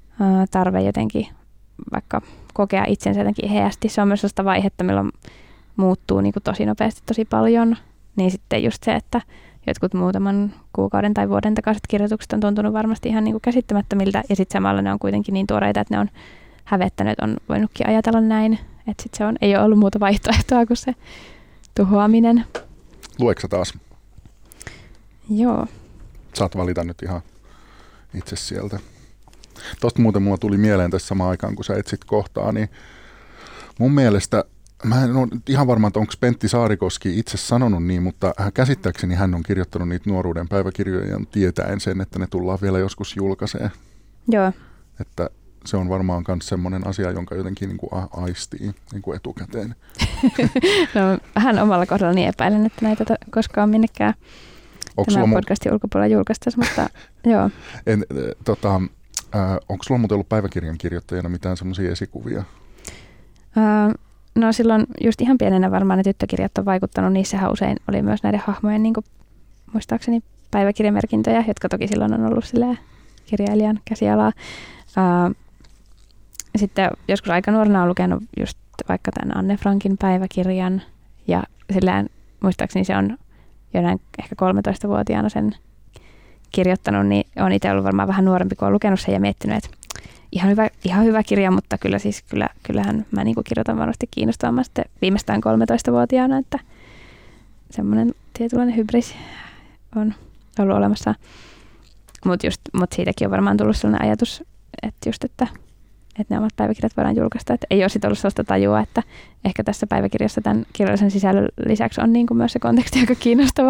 tarve jotenkin vaikka kokea itsensä jotenkin eheästi. Se on myös sellaista vaihetta, milloin muuttuu niin kuin tosi nopeasti tosi paljon, niin sitten just se, että jotkut muutaman kuukauden tai vuoden takaiset kirjoitukset on tuntunut varmasti ihan niin kuin käsittämättömiltä, ja sitten samalla ne on kuitenkin niin tuoreita, että ne on hävettänyt, on voinutkin ajatella näin, että sitten se ei ole ollut muuta vaihtoehtoa kuin se tuhoaminen. Lueksä sä taas? Joo. Saat valita nyt ihan itse sieltä. Tuosta muuten mulla tuli mieleen tässä samaan aikaan, kun sä etsit kohtaa, niin mun mielestä, mä en ole ihan varma, että onko Pentti Saarikoski itse sanonut niin, mutta käsittääkseni hän on kirjoittanut niitä nuoruuden päiväkirjoja tietäen sen, että ne tullaan vielä joskus julkaiseen. Joo. Että se on varmaan myös semmoinen asia, jonka jotenkin niin kuin aistii niin kuin etukäteen. No, vähän omalla kohdallani epäilen, että näitä koskaan minnekään tämän podcastin ulkopuolella julkaistaisi, mutta joo. Onko sulla muuten ollut päiväkirjan kirjoittajana mitään semmoisia esikuvia? No silloin just ihan pienenä varmaan ne tyttökirjat on vaikuttanut. Niissähän usein oli myös näiden hahmojen niin kuin, muistaakseni päiväkirjamerkintöjä, jotka toki silloin on ollut kirjailijan käsialaa. Sitten joskus aika nuorena olen lukenut just vaikka tämän Anne Frankin päiväkirjan ja sillään muistaakseni se on jo näin ehkä 13-vuotiaana sen kirjoittanut, niin olen itse ollut varmaan vähän nuorempi, kun olen lukenut sen ja miettinyt, että ihan hyvä kirja, mutta kyllähän mä niin kuin kirjoitan varmasti kiinnostavammin sitten viimeistään 13-vuotiaana, että semmoinen tietynlainen hybris on ollut olemassa. Mutta siitäkin on varmaan tullut sellainen ajatus, että ne omat päiväkirjat voidaan julkaista. Että ei ole sitten ollut sellaista tajua, että ehkä tässä päiväkirjassa tämän kirjallisen sisällön lisäksi on niin kuin myös se konteksti aika kiinnostava.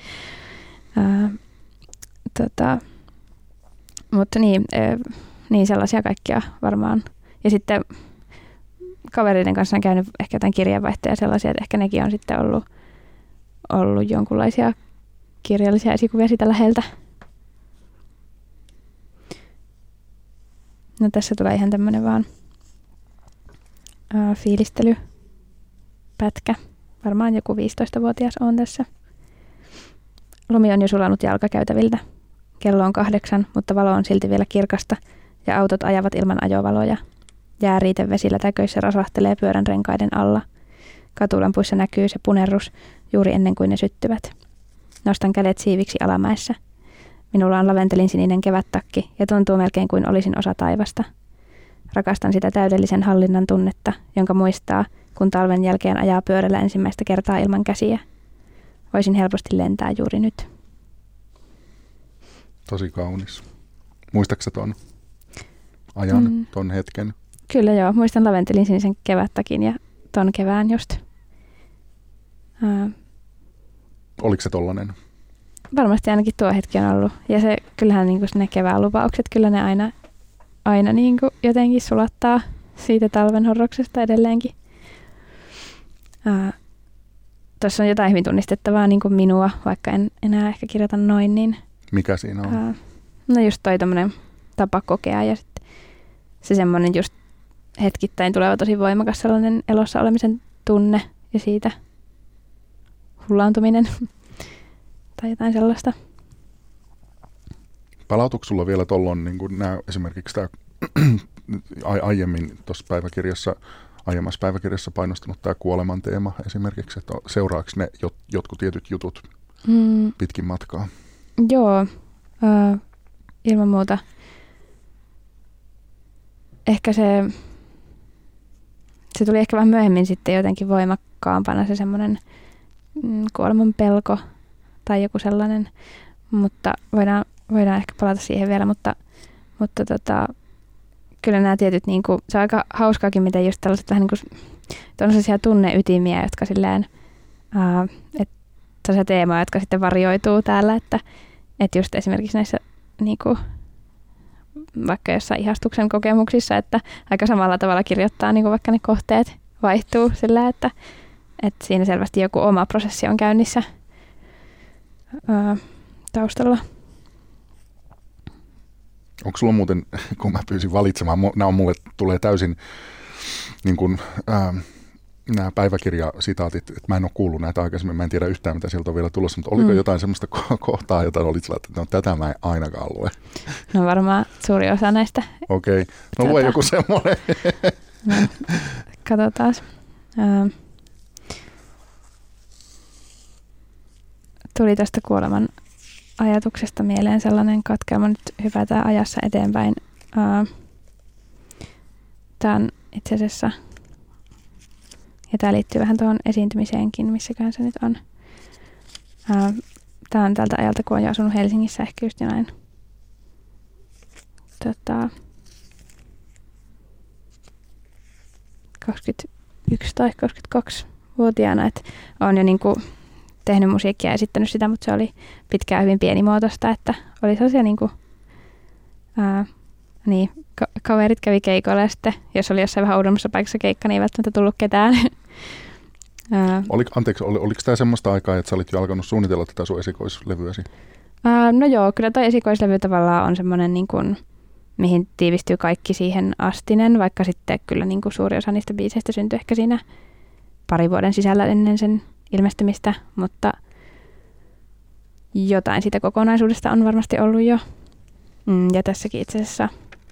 Mutta niin sellaisia kaikkia varmaan. Ja sitten kavereiden kanssa on käynyt ehkä jotain kirjeenvaihtoja sellaisia, että ehkä nekin on sitten ollut jonkunlaisia kirjallisia esikuvia sitä läheltä. No tässä tulee ihan tämmönen vaan fiilistelypätkä. Varmaan joku 15-vuotias on tässä. Lumi on jo sulanut jalkakäytäviltä. Kello on 8, mutta valo on silti vielä kirkasta ja autot ajavat ilman ajovaloja. Jääriite vesillä täköissä rasahtelee pyörän renkaiden alla. Katulampuissa näkyy se punerrus juuri ennen kuin ne syttyvät. Nostan kädet siiviksi alamäessä. Minulla on laventelin sininen kevättakki ja tuntuu melkein kuin olisin osa taivasta. Rakastan sitä täydellisen hallinnan tunnetta, jonka muistaa, kun talven jälkeen ajaa pyörällä ensimmäistä kertaa ilman käsiä. Voisin helposti lentää juuri nyt. Tosi kaunis. Muistatko ton ajan, ton hetken? Kyllä joo, muistan laventelin sinisen kevättakin ja ton kevään just. Oliko se tollanen? Varmasti ainakin tuo hetki on ollut. Ja se, kyllähän niin kuin ne kevään lupaukset, kyllä ne aina niin kuin jotenkin sulattaa siitä talven horroksesta edelleenkin. Tuossa on jotain hyvin tunnistettavaa niin kuin minua, vaikka en enää ehkä kirjoita noin. Niin, mikä siinä on? No just toi tommonen tapa kokea ja sitten se semmoinen just hetkittäin tuleva tosi voimakas sellainen elossa olemisen tunne ja siitä hullaantuminen. Tai jotain sellaista. Palautuiko sulla vielä tuolloin niin esimerkiksi tämä aiemmin tuossa aiemmassa päiväkirjassa painostunut tämä kuoleman teema esimerkiksi, että seuraako ne jotkut tietyt jutut pitkin matkaa? Joo, ilman muuta. Ehkä se tuli ehkä vähän myöhemmin sitten jotenkin voimakkaampana se semmoinen kuoleman pelko tai joku sellainen, mutta voidaan ehkä palata siihen vielä, mutta kyllä nämä tietyt, niin kuin, se on aika hauskaakin, miten just tällaiset vähän niin kuin, on sellaisia tunneytimiä, jotka silleen, että sellaisia teemoja, jotka sitten varjoituu täällä, että just esimerkiksi näissä niin kuin, vaikka jossain ihastuksen kokemuksissa, että aika samalla tavalla kirjoittaa, niin kuin vaikka ne kohteet vaihtuu sillä, että siinä selvästi joku oma prosessi on käynnissä taustalla. Onko sulla muuten, kun mä pyysin valitsemaan, nämä tulee täysin niin kuin, nämä päiväkirjasitaatit, että mä en ole kuullut näitä aikaisemmin, mä en tiedä yhtään mitä sieltä on vielä tulossa, mutta oliko jotain semmoista kohtaa, jota olit sillä, että no, tätä mä en ainakaan lue? No varmaan suuri osa näistä. Okei, no lue joku semmoinen. No, katsotaan. tuli tästä kuoleman ajatuksesta mieleen sellainen katkelma, nyt hypätään ajassa eteenpäin. Tämä on itse asiassa, ja tämä liittyy vähän tuohon esiintymiseenkin, missäköhän se nyt on. Tämä on tältä ajalta, kun olen asunut Helsingissä ehkä just jonain 21 tai 22-vuotiaana, että olen jo niinku tehnyt musiikkia ja esittänyt sitä, mutta se oli pitkään hyvin pienimuotoista, että oli sellaisia niinku, kaverit kävi keikoilla ja sitten, jos oli jossain vähän oudommassa paikassa keikka, niin ei välttämättä tullut ketään. Oliko tämä semmoista aikaa, että sä olit jo alkanut suunnitella tätä sun esikoislevyäsi? No joo, kyllä toi esikoislevy tavallaan on semmoinen, niin kuin, mihin tiivistyy kaikki siihen astinen, vaikka sitten kyllä niin kuin suuri osa niistä biiseistä syntyi ehkä siinä parin vuoden sisällä ennen sen ilmestymistä, mutta jotain siitä kokonaisuudesta on varmasti ollut jo. Ja tässäkin itse asiassa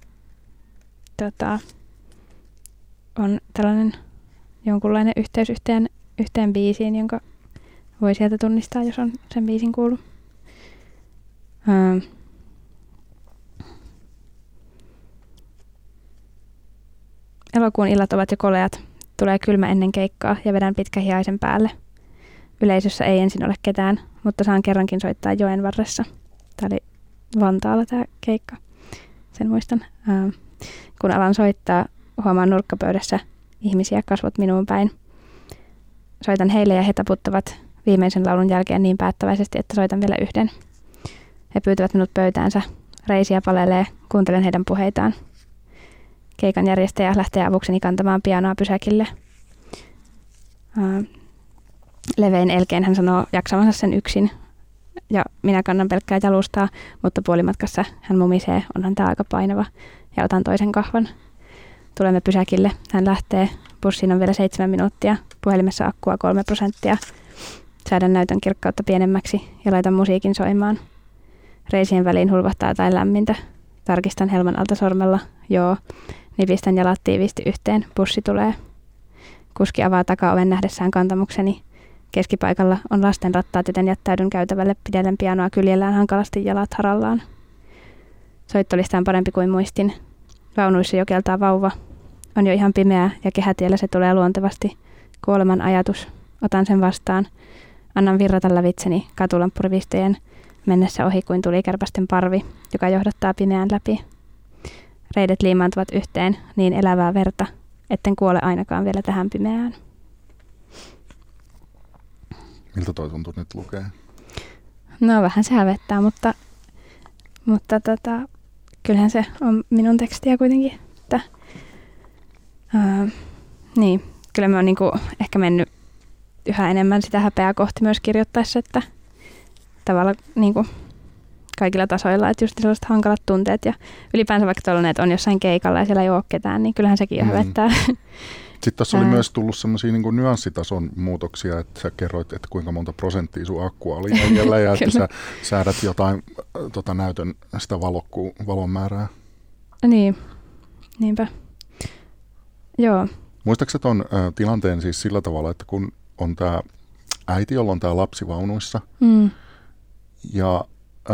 on tällainen jonkunlainen yhteys yhteen biisiin, jonka voi sieltä tunnistaa, jos on sen biisin kuullut. Elokuun illat ovat jo koleat. Tulee kylmä ennen keikkaa ja vedän pitkähihaisen päälle. Yleisössä ei ensin ole ketään, mutta saan kerrankin soittaa joen varressa. Tämä oli Vantaalla tämä keikka. Sen muistan. Kun alan soittaa, huomaan nurkkapöydässä ihmisiä kasvot minuun päin. Soitan heille ja he taputtavat viimeisen laulun jälkeen niin päättäväisesti, että soitan vielä yhden. He pyytävät minut pöytäänsä. Reisiä palelee, kuuntelen heidän puheitaan. Keikan järjestäjä lähtee avukseni kantamaan pianoa pysäkille. Levein elkeen hän sanoo jaksavansa sen yksin. Ja minä kannan pelkkää jalustaa, mutta puolimatkassa hän mumisee, onhan tämä aika painava. Ja otan toisen kahvan. Tulemme pysäkille. Hän lähtee. Bussiin on vielä 7 minuuttia. Puhelimessa akkua 3%. Säädän näytön kirkkautta pienemmäksi ja laitan musiikin soimaan. Reisien väliin hulvahtaa jotain lämmintä. Tarkistan helman alta sormella. Joo. Nipistän jalat tiiviisti yhteen. Bussi tulee. Kuski avaa takaoven nähdessään kantamukseni. Keskipaikalla on lasten rattaat, joten jättäydyn käytävälle pidellen pianoa kyljellään hankalasti jalat harallaan. Soittolista on parempi kuin muistin. Vaunuissa jokeltaa vauva. On jo ihan pimeää ja kehätiellä se tulee luontevasti. Kuoleman ajatus. Otan sen vastaan. Annan virrata lävitseni katulampurivistojen mennessä ohi kuin tulikärpästen parvi, joka johdattaa pimeään läpi. Reidet liimaantuvat yhteen niin elävää verta, etten kuole ainakaan vielä tähän pimeään. Miltä toi tuntuu nyt lukee? No vähän se hävettää, mutta kyllähän se on minun tekstiä kuitenkin. Että, niin, kyllä mä oon niinku ehkä mennyt yhä enemmän sitä häpeää kohti myös kirjoittaessa, että tavallaan niinku kaikilla tasoilla, että just sellaiset hankalat tunteet ja ylipäänsä vaikka tuollainen, että on jossain keikalla ja siellä ei ole ketään, niin kyllähän sekin jo hävettää. Sitten tässä oli myös tullut sellaisia niin kuin nyanssitason muutoksia, että sä kerroit, että kuinka monta prosenttia sun akkua oli jäljellä ja että sä säädät jotain näytön sitä valon määrää. Niin, niinpä. Joo. Muistaaksä ton tilanteen siis sillä tavalla, että kun on tämä äiti, jolla on tämä lapsi vaunuissa ja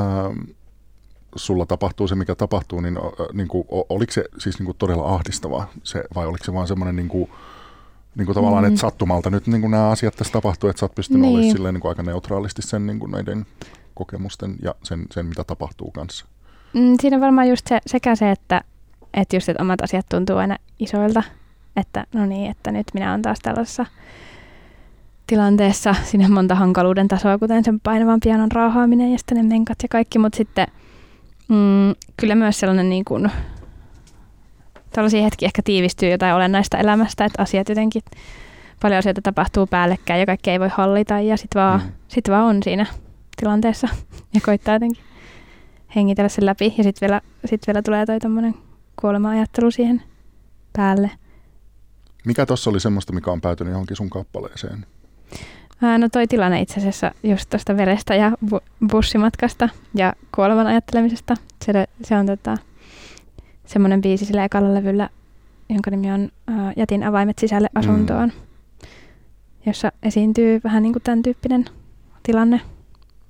sulla tapahtuu se, mikä tapahtuu, niin oliko se siis niin kuin todella ahdistavaa se, vai oliko se vaan semmoinen niin kuin tavallaan, että sattumalta nyt niin kuin nämä asiat tässä tapahtuu, että sä oot pystynyt olemaan silleen niin kuin aika neutraalisti sen niin kuin näiden kokemusten ja sen mitä tapahtuu kanssa? Siinä on varmaan just sekä se, että just että omat asiat tuntuu aina isoilta, että no niin, että nyt minä olen taas tällaisessa tilanteessa. Siinä on monta hankaluuden tasoa, kuten sen painavan pianon raahaaminen ja sitten ne menkat ja kaikki, mutta sitten kyllä myös sellainen niin kuin, tällaisia hetkiä ehkä tiivistyy jotain olennaista elämästä, että asiat jotenkin, paljon asioita tapahtuu päällekkäin ja kaikki ei voi hallita ja sit vaan on siinä tilanteessa ja koittaa jotenkin hengitellä sen läpi ja sitten vielä tulee toi tommonen kuolema-ajattelu siihen päälle. Mikä tossa oli semmoista, mikä on päätynyt johonkin sun kappaleeseen? No toi tilanne itse asiassa just tuosta verestä ja bussimatkasta ja kuoleman ajattelemisesta. Se on semmoinen biisi sillä ekalla levyllä, jonka nimi on Jätin avaimet sisälle asuntoon, jossa esiintyy vähän niin kuin tämän tyyppinen tilanne.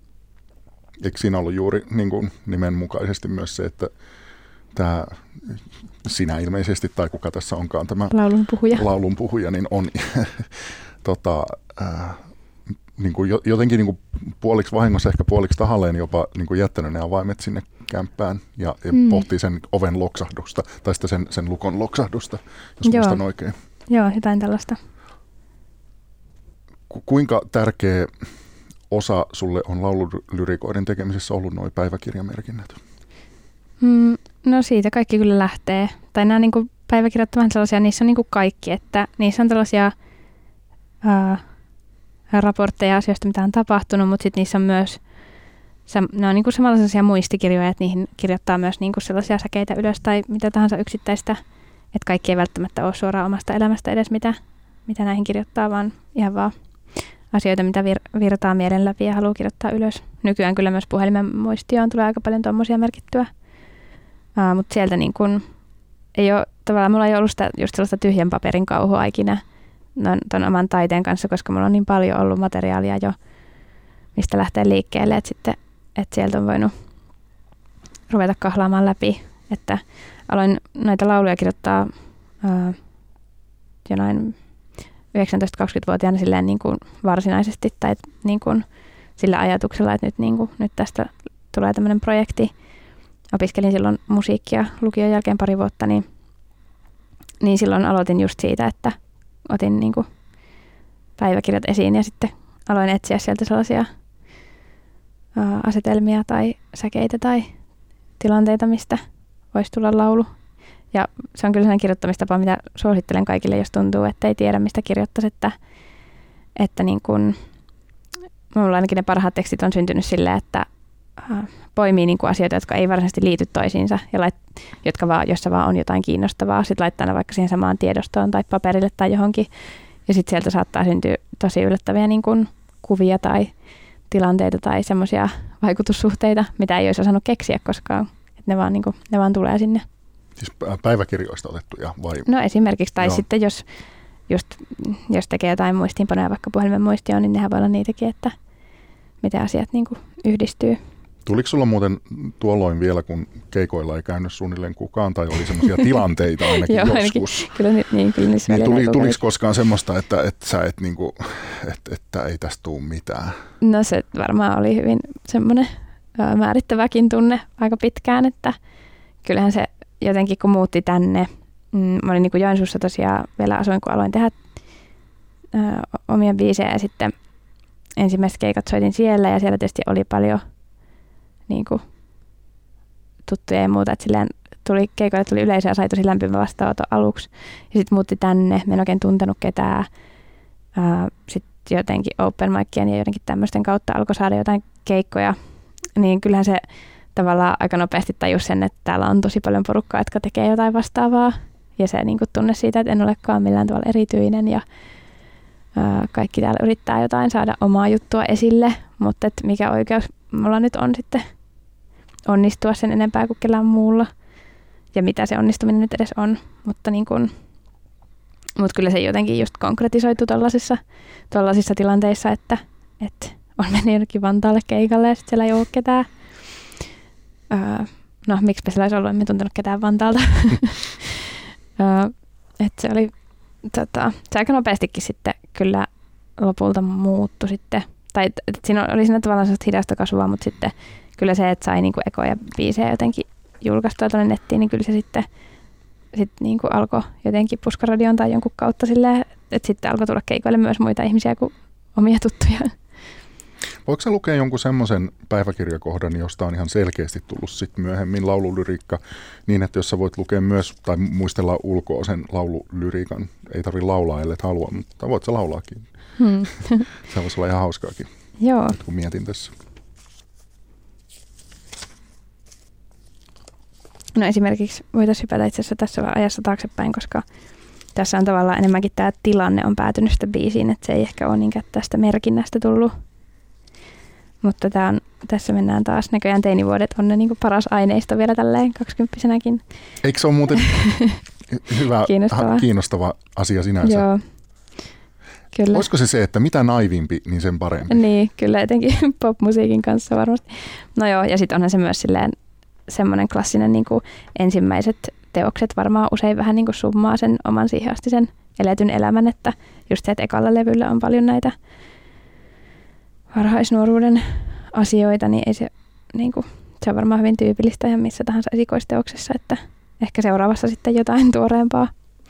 eikö siinä ollut juuri niin kuin nimenmukaisesti myös se, että tämä sinä ilmeisesti, tai kuka tässä onkaan tämä laulunpuhuja niin on niin kuin jotenkin niin kuin puoliksi vahingossa, ehkä puoliksi tahalleen jopa niin kuin jättänyt ne avaimet sinne kämppään ja pohtii sen oven loksahdusta, tai sitten sen lukon loksahdusta, jos muistan oikein. Joo, jotain tällaista. Kuinka tärkeä osa sulle on laululyrikoiden tekemisessä ollut nuo päiväkirjamerkinnät? No siitä kaikki kyllä lähtee. Tai nämä niin kuin päiväkirjat ovat sellaisia, niissä on niin kuin kaikki, että niissä on tällaisia raportteja asioista, mitä on tapahtunut, mutta sitten niissä on myös, ne on niin kuin samalla sellaisia muistikirjoja, että niihin kirjoittaa myös niin kuin sellaisia säkeitä ylös tai mitä tahansa yksittäistä, että kaikki ei välttämättä ole suoraan omasta elämästä edes, mitä näihin kirjoittaa, vaan ihan vaan asioita, mitä virtaa mielen läpi ja haluaa kirjoittaa ylös. Nykyään kyllä myös puhelimen muistioon tulee aika paljon tuommoisia merkittyä, mutta sieltä niin kuin ei ole, tavallaan mulla ei ollut sitä, just sellaista tyhjän paperin kauhua ikinä ton oman taiteen kanssa, koska mulla on niin paljon ollut materiaalia jo, mistä lähtee liikkeelle, että sieltä on voinut ruveta kahlaamaan läpi, että aloin noita lauluja kirjoittaa jo noin 19-20-vuotiaana silleen niin kuin varsinaisesti tai niin kuin sillä ajatuksella, että nyt tästä tulee tämmöinen projekti. Opiskelin silloin musiikkia lukion jälkeen 2 vuotta, niin silloin aloitin just siitä, että otin niin kuin päiväkirjat esiin ja sitten aloin etsiä sieltä sellaisia asetelmia tai säkeitä tai tilanteita, mistä voisi tulla laulu. Ja se on kyllä sellainen kirjoittamistapa, mitä suosittelen kaikille, jos tuntuu, että ei tiedä, mistä kirjoittaisi, että niin kuin, minulla ainakin ne parhaat tekstit on syntynyt silleen, että poimii niin kuin asioita, jotka ei varsinaisesti liity toisiinsa, ja jossa vaan on jotain kiinnostavaa, sitten laittaa ne vaikka siihen samaan tiedostoon tai paperille tai johonkin, ja sitten sieltä saattaa syntyä tosi yllättäviä niin kuin kuvia tai tilanteita tai semmoisia vaikutussuhteita, mitä ei olisi osannut keksiä koskaan, että ne vaan tulee sinne. Siis päiväkirjoista otettuja vai? No esimerkiksi, tai sitten jos tekee jotain muistiinpanoja vaikka puhelimen muistioon, niin nehän voi olla niitäkin, että miten asiat niin kuin yhdistyy. Tuliko sulla muuten tuolloin vielä, kun keikoilla ei käynyt suunnilleen kukaan, tai oli semmoisia tilanteita ainakin joo, joskus? Kyllä Tuliko koskaan semmoista, että sä et niinku, että ei tästä tule mitään? No se varmaan oli hyvin semmoinen määrittäväkin tunne aika pitkään, että kyllähän se jotenkin kun muutti tänne, mä olin niin kuin Joensuussa tosiaan vielä asuin, kun aloin tehdä omia biisejä ja sitten ensimmäiset keikat soitin siellä ja siellä tietysti oli paljon niin kuin tuttuja ja muuta, että silleen keikoille tuli yleisö ja sai tosi lämpimä vastaanoton aluksi ja sitten muutti tänne, mä en oikein tuntenut ketään, sitten jotenkin open micien ja jotenkin tämmöisten kautta alkoi saada jotain keikkoja, niin kyllähän se tavallaan aika nopeasti tajus sen, että täällä on tosi paljon porukkaa, jotka tekee jotain vastaavaa. Ja se niin kuin tunne siitä, että en olekaan millään tavalla erityinen ja kaikki täällä yrittää jotain saada omaa juttua esille. Mutta että mikä oikeus mulla nyt on sitten onnistua sen enempää kuin kellään muulla. Ja mitä se onnistuminen nyt edes on. Mutta kyllä se jotenkin just konkretisoitu tuollaisissa tilanteissa, että on mennyt jonnekin Vantaalle keikalle ja sitten siellä ei ole ketään. No, miksipä siellä olisi ollut, en tuntenut ketään Vantaalta. Että se oli, se aika nopeastikin sitten kyllä lopulta muuttui sitten. Tai siinä oli siinä tavallaan sellaista hidasta kasvua, mutta sitten kyllä se, että sai niinku ekoja biisejä jotenkin julkaistua tuonne nettiin, niin kyllä se sitten niinku alkoi jotenkin Puskaradion tai jonkun kautta silleen, että sitten alkoi tulla keikoille myös muita ihmisiä kuin omia tuttuja. Voitko sä lukea jonkun semmoisen päiväkirjakohdan, josta on ihan selkeästi tullut sitten myöhemmin laululyriikka, niin että jos sä voit lukea myös tai muistella ulkoa sen laululyriikan, ei tarvitse laulaa, ellet halua, mutta voit sä laulaakin. Se voisi olla ihan hauskaakin, joo. Kun mietin tässä. No esimerkiksi voitaisiin hypätä itse asiassa tässä ajassa taaksepäin, koska tässä on tavallaan enemmänkin tämä tilanne on päätynyt sitä biisiin, että se ei ehkä ole niinkään tästä merkinnästä tullut. Mutta tässä mennään taas näköjään teinivuodet on ne niin kuin paras aineisto vielä tälleen 20-vuotiaanakin. Eikö se ole muuten hyvä, kiinnostava asia sinänsä? Joo. Kyllä. Olisiko se, että mitä naivimpi, niin sen parempi? Niin, kyllä etenkin popmusiikin kanssa varmasti. No joo, ja sitten onhan se myös silleen semmoinen klassinen niin kuin ensimmäiset teokset varmaan usein vähän niin kuin summaa sen oman siihen asti sen eletyn elämän, että just se, että ekalla levyllä on paljon näitä varhaisnuoruuden asioita, niin ei se, niin kuin, se on varmaan hyvin tyypillistä ja missä tahansa esikoisteoksessa, että ehkä seuraavassa sitten jotain tuoreempaa.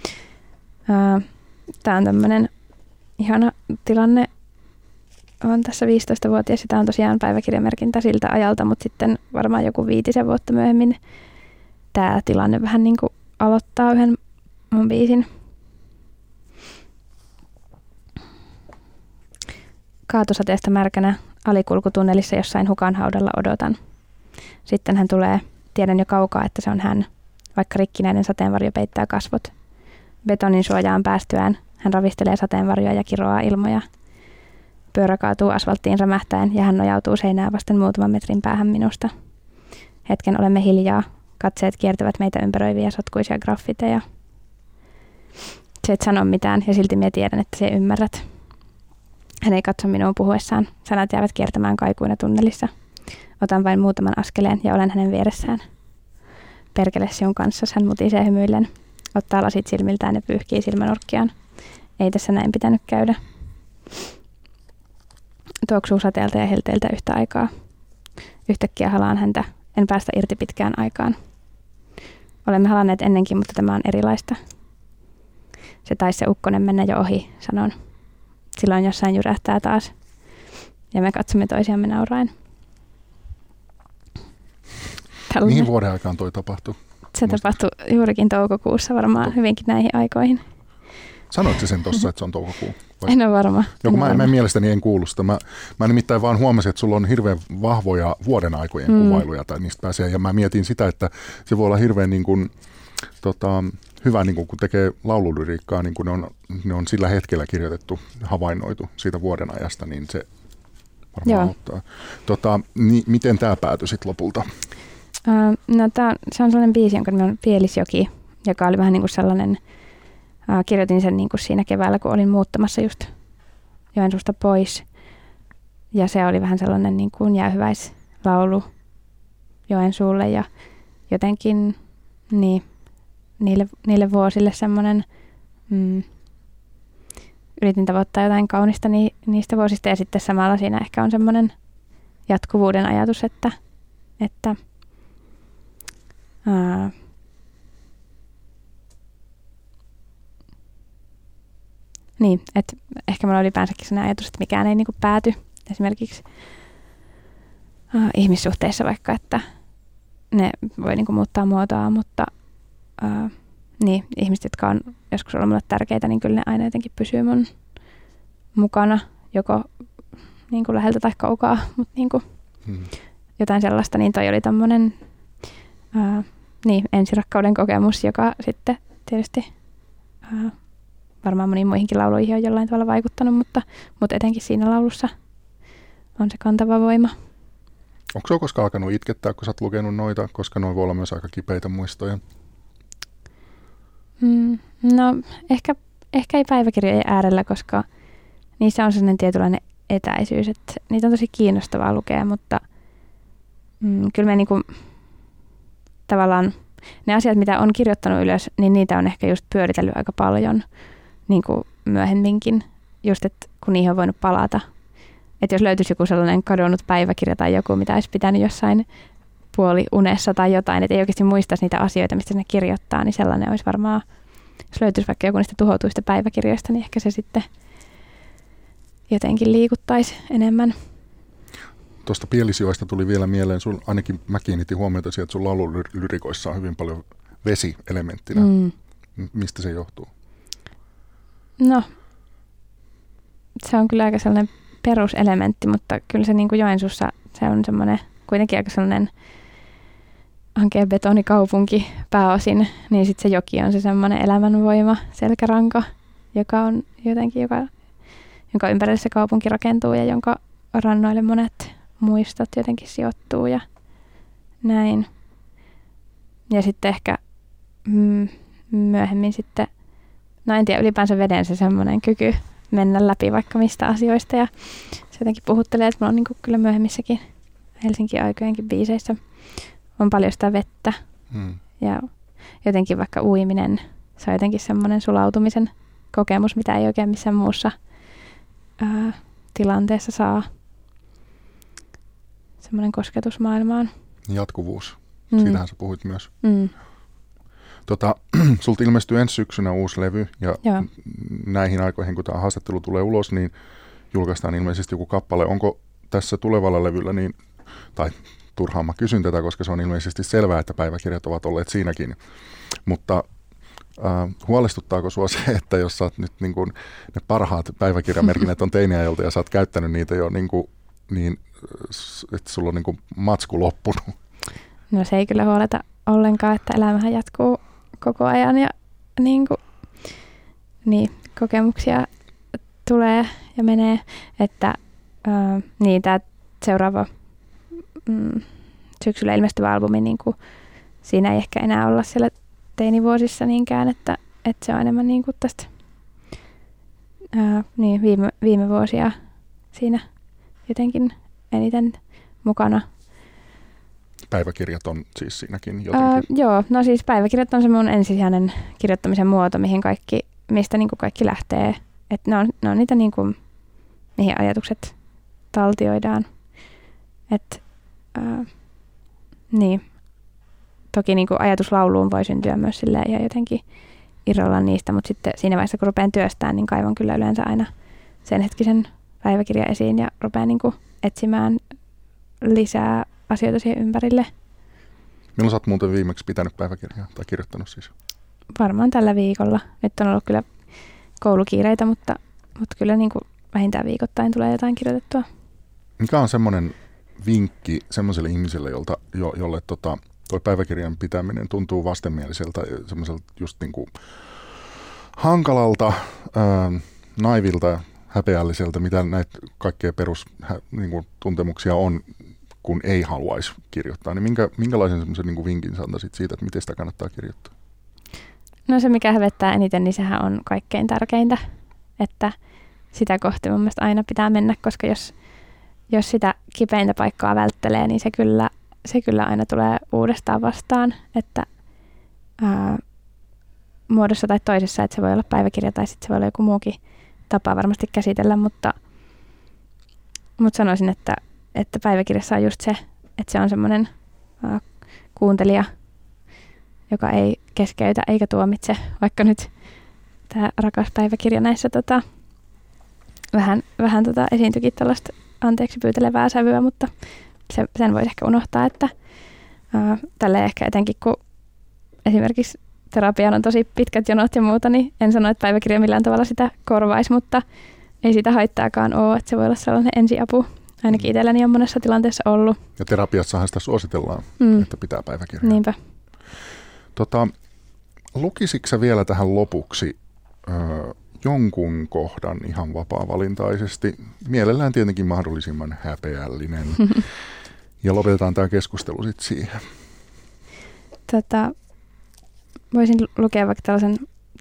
Tämä on tämmöinen ihana tilanne. Olen tässä 15-vuotias ja tämä on tosiaan päiväkirjamerkintä siltä ajalta, mutta sitten varmaan joku 5 vuotta myöhemmin tämä tilanne vähän niin kuin aloittaa yhden mun biisin. Kaatosateesta märkänä alikulkutunnelissa jossain hukan haudalla odotan. Sitten hän tulee, tiedän jo kaukaa, että se on hän, vaikka rikkinäinen sateenvarjo peittää kasvot. Betonin suojaan päästyään hän ravistelee sateenvarjoa ja kiroaa ilmoja. Pyörä kaatuu asfalttiin rämähtäen ja hän nojautuu seinää vasten muutaman metrin päähän minusta. Hetken olemme hiljaa. Katseet kiertävät meitä ympäröiviä sotkuisia graffiteja. Se et sano mitään ja silti minä tiedän, että se ymmärrät. Hän ei katso minuun puhuessaan. Sanat jäävät kiertämään kaikuina tunnelissa. Otan vain muutaman askeleen ja olen hänen vieressään. Perkele sinun kanssasi, hän mutisee hymyillen. Ottaa lasit silmiltään ja pyyhkii silmänurkkiaan. Ei tässä näin pitänyt käydä. Tuoksuu sateelta ja helteiltä yhtä aikaa. Yhtäkkiä halaan häntä. En päästä irti pitkään aikaan. Olemme halanneet ennenkin, mutta tämä on erilaista. Se taisi se ukkonen mennä jo ohi, sanon. Silloin jossain jyrähtää taas. Ja me katsomme toisiamme nauraen. Mihin vuoden aikaan toi tapahtui? Se tapahtui juurikin toukokuussa varmaan hyvinkin näihin aikoihin. Sanoitko sen tuossa, että se on toukokuu? Vai? En ole varma. Mä mielestäni en kuulu sitä. Mä nimittäin vaan huomasin, että sulla on hirveän vahvoja vuoden aikojen kuvailuja tai niistä pääsee. Ja mä mietin sitä, että se voi olla hirveän niin kuin, hyvä, niin kun tekee laululyriikkaa, niin kun ne on sillä hetkellä kirjoitettu, havainnoitu siitä vuoden ajasta, niin se varmaan auttaa. Miten tämä päätyi sitten lopulta? No, se on sellainen biisi, jonka nimi on Pielisjoki, joka oli vähän niin kuin sellainen, kirjoitin sen niin kuin siinä keväällä, kun olin muuttamassa just Joensuusta pois. Ja se oli vähän sellainen niin kuin jäähyväislaulu Joensuulle ja jotenkin niin, niille vuosille semmoinen, yritin tavoittaa jotain kaunista niistä vuosista ja sitten samalla siinä ehkä on semmoinen jatkuvuuden ajatus, että niin, että ehkä mulla ylipäänsäkin sellainen ajatus, että mikään ei niinku pääty esimerkiksi ihmissuhteissa vaikka, että ne voi niinku muuttaa muotoa, mutta niin, ihmiset, jotka on joskus ollut mulle tärkeitä, niin kyllä ne aina jotenkin pysyy mun mukana, joko niinku läheltä tai kaukaa, mutta niinku jotain sellaista, niin toi oli tommonen ensirakkauden kokemus, joka sitten tietysti varmaan moniin muihinkin lauluihin on jollain tavalla vaikuttanut, mutta etenkin siinä laulussa on se kantava voima. Onko se koskaan alkanut itkettää, kun sä oot lukenut noita, koska noi voi olla myös aika kipeitä muistoja? No ehkä ei päiväkirjojen äärellä, koska niissä on sellainen tietynlainen etäisyys, että niitä on tosi kiinnostavaa lukea, mutta kyllä me niinku tavallaan ne asiat, mitä on kirjoittanut ylös, niin niitä on ehkä just pyöritellyt aika paljon niin kuin myöhemminkin, just että kun niihin on voinut palata. Että jos löytyisi joku sellainen kadonnut päiväkirja tai joku, mitä olisi pitänyt jossain puoliunessa tai jotain, että ei oikeasti muistaisi niitä asioita, mistä ne kirjoittaa, niin sellainen olisi varmaan, jos löytyisi vaikka joku niistä tuhoutuista päiväkirjoista, niin ehkä se sitten jotenkin liikuttaisi enemmän. Tuosta Pielisjoesta tuli vielä mieleen, ainakin mä kiinnitin huomiota siihen, että sun laululyrikoissa on hyvin paljon vesielementtinä. Mistä se johtuu? No, se on kyllä aika sellainen peruselementti, mutta kyllä se niin kuin Joensuussa se on semmoinen kuitenkin aika sellainen ankea betonikaupunki pääosin, niin sitten se joki on se semmoinen elämänvoima, selkäranka, joka on jotenkin, jonka ympärille se kaupunki rakentuu ja jonka rannoille monet muistot jotenkin sijoittuu ja näin. Ja sitten ehkä myöhemmin sitten, no en tiedä, ylipäänsä veden se semmoinen kyky mennä läpi vaikka mistä asioista ja se jotenkin puhuttelee, että mulla on niin kuin kyllä myöhemmissäkin Helsinki-aikojenkin biiseissä on paljon sitä vettä ja jotenkin vaikka uiminen, se on jotenkin semmoinen sulautumisen kokemus, mitä ei oikein missään muussa tilanteessa saa. Semmoinen kosketus maailmaan. Jatkuvuus. Siitähän sä puhuit myös. Sulta ilmestyy ensi syksynä uusi levy ja näihin aikoihin, kun tämä haastattelu tulee ulos, niin julkaistaan ilmeisesti joku kappale. Onko tässä tulevalla levyllä, niin, tai turhaan mä kysyn tätä, koska se on ilmeisesti selvää, että päiväkirjat ovat olleet siinäkin, mutta huolestuttaako sua se, että jos sä oot nyt niin kun, ne parhaat päiväkirjamerkinnät on teiniäjältä ja sä oot käyttänyt niitä jo niin että sulla on niin kuin matsku loppunut? No se ei kyllä huoleta ollenkaan, että elämähän jatkuu koko ajan ja kokemuksia tulee ja menee, että tämä seuraava syksyllä ilmestyvä albumi, niin kuin, siinä ei ehkä enää olla siellä teinivuosissa niinkään, että se on enemmän niin kuin tästä viime vuosia siinä jotenkin eniten mukana. Päiväkirjat on siis siinäkin jotenkin? Joo, no siis päiväkirjat on se mun ensisijainen kirjoittamisen muoto, mistä niin kuin kaikki lähtee. Että ne on niitä, niin kuin, mihin ajatukset taltioidaan. Niin. Toki niin kuin ajatuslauluun voi syntyä myös silleen ihan jotenkin irrallaan niistä, mutta sitten siinä vaiheessa, kun rupean työstämään, niin kaivan kyllä yleensä aina sen hetkisen päiväkirjan esiin ja rupean niin kuin etsimään lisää asioita siihen ympärille. Milloin sä oot muuten viimeksi pitänyt päiväkirjaa tai kirjoittanut siis? Varmaan tällä viikolla. Nyt on ollut kyllä koulukiireitä, mutta kyllä niin kuin vähintään viikoittain tulee jotain kirjoitettua. Mikä on semmoinen vinkki semmoiselle ihmiselle, jolle tuo päiväkirjan pitäminen tuntuu vastenmieliseltä, semmoiselta just niin kuin hankalalta, naivilta, häpeälliseltä, mitä näitä kaikkea perustuntemuksia on, kun ei haluaisi kirjoittaa, niin minkälaisen semmoisen niin kuin vinkin sä antaisit siitä, että miten sitä kannattaa kirjoittaa? No se, mikä hävettää eniten, niin sehän on kaikkein tärkeintä, että sitä kohti mun mielestä aina pitää mennä, koska jos sitä kipeintä paikkaa välttelee, niin se kyllä aina tulee uudestaan vastaan, että muodossa tai toisessa, että se voi olla päiväkirja tai sitten se voi olla joku muukin tapa varmasti käsitellä, mutta sanoisin, että päiväkirjassa on just se, että se on semmoinen kuuntelija, joka ei keskeytä eikä tuomitse, vaikka nyt tämä rakas päiväkirja näissä vähän esiintyikin tällaista anteeksi pyytelevää sävyä, mutta sen voisi ehkä unohtaa, että tälleen ehkä etenkin kun esimerkiksi terapiaan on tosi pitkät jonot ja muuta, niin en sano, että päiväkirja millään tavalla sitä korvaisi, mutta ei sitä haittaakaan ole, että se voi olla sellainen ensiapu. Ainakin itselläni on monessa tilanteessa ollut. Ja terapiassahan sitä suositellaan, että pitää päiväkirjaa. Niinpä. Lukisitko sä vielä tähän lopuksi jonkun kohdan ihan vapaa-valintaisesti, mielellään tietenkin mahdollisimman häpeällinen, ja lopetetaan tämä keskustelu sitten siihen. Voisin lukea vaikka tällaisen,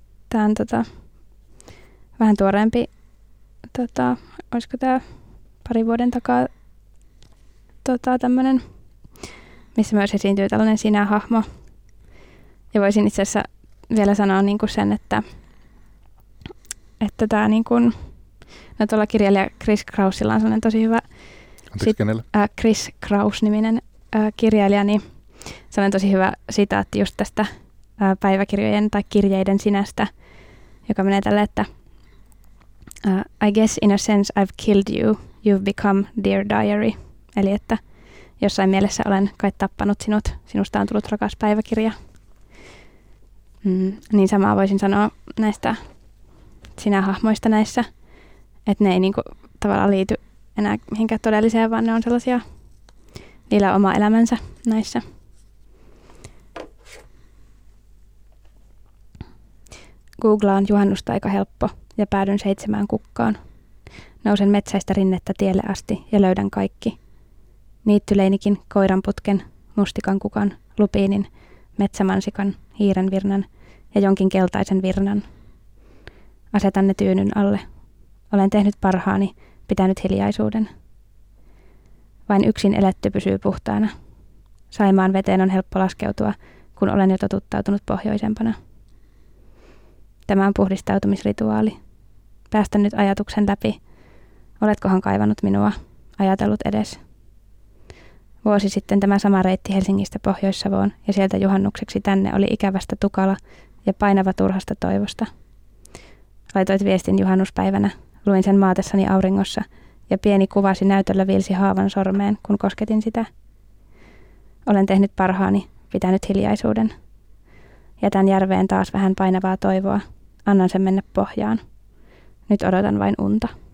vähän tuoreempi, olisiko tämä pari vuoden takaa tämmöinen, missä myös esiintyy tällainen sinä-hahmo. Ja voisin itse asiassa vielä sanoa niin kuin sen, että tämä niin kuin, no tuolla kirjailija Chris Krausilla on sellainen tosi hyvä, Chris Kraus-niminen kirjailija, niin sellainen tosi hyvä sitaatti just tästä päiväkirjojen tai kirjeiden sinästä, joka menee tälle, että I guess in a sense I've killed you, you've become dear diary. Eli että jossain mielessä olen kai tappanut sinut, sinusta on tullut rakas päiväkirja. Niin samaa voisin sanoa näistä sinä-hahmoista näissä, että ne ei niinku tavallaan liity enää mihinkään todelliseen, vaan ne on sellaisia, niillä on oma elämänsä näissä. Googlaan juhannusta aika helppo ja päädyn 7 kukkaan. Nousen metsäistä rinnettä tielle asti ja löydän kaikki. Niittyleinikin, koiranputken, mustikan kukan, lupiinin, metsämansikan, hiirenvirnan ja jonkin keltaisen virnan. Asetan ne tyynyn alle. Olen tehnyt parhaani, pitänyt hiljaisuuden. Vain yksin eletty pysyy puhtaana. Saimaan veteen on helppo laskeutua, kun olen jo totuttautunut pohjoisempana. Tämä on puhdistautumisrituaali. Päästä nyt ajatuksen läpi. Oletkohan kaivannut minua, ajatellut edes? Vuosi sitten tämä sama reitti Helsingistä Pohjois-Savoon ja sieltä juhannukseksi tänne oli ikävästä tukala ja painava turhasta toivosta. Laitoit viestin juhannuspäivänä, luin sen maatessani auringossa ja pieni kuvasi näytöllä viilsi haavan sormeen, kun kosketin sitä. Olen tehnyt parhaani, pitänyt hiljaisuuden. Jätän järveen taas vähän painavaa toivoa, annan sen mennä pohjaan. Nyt odotan vain unta.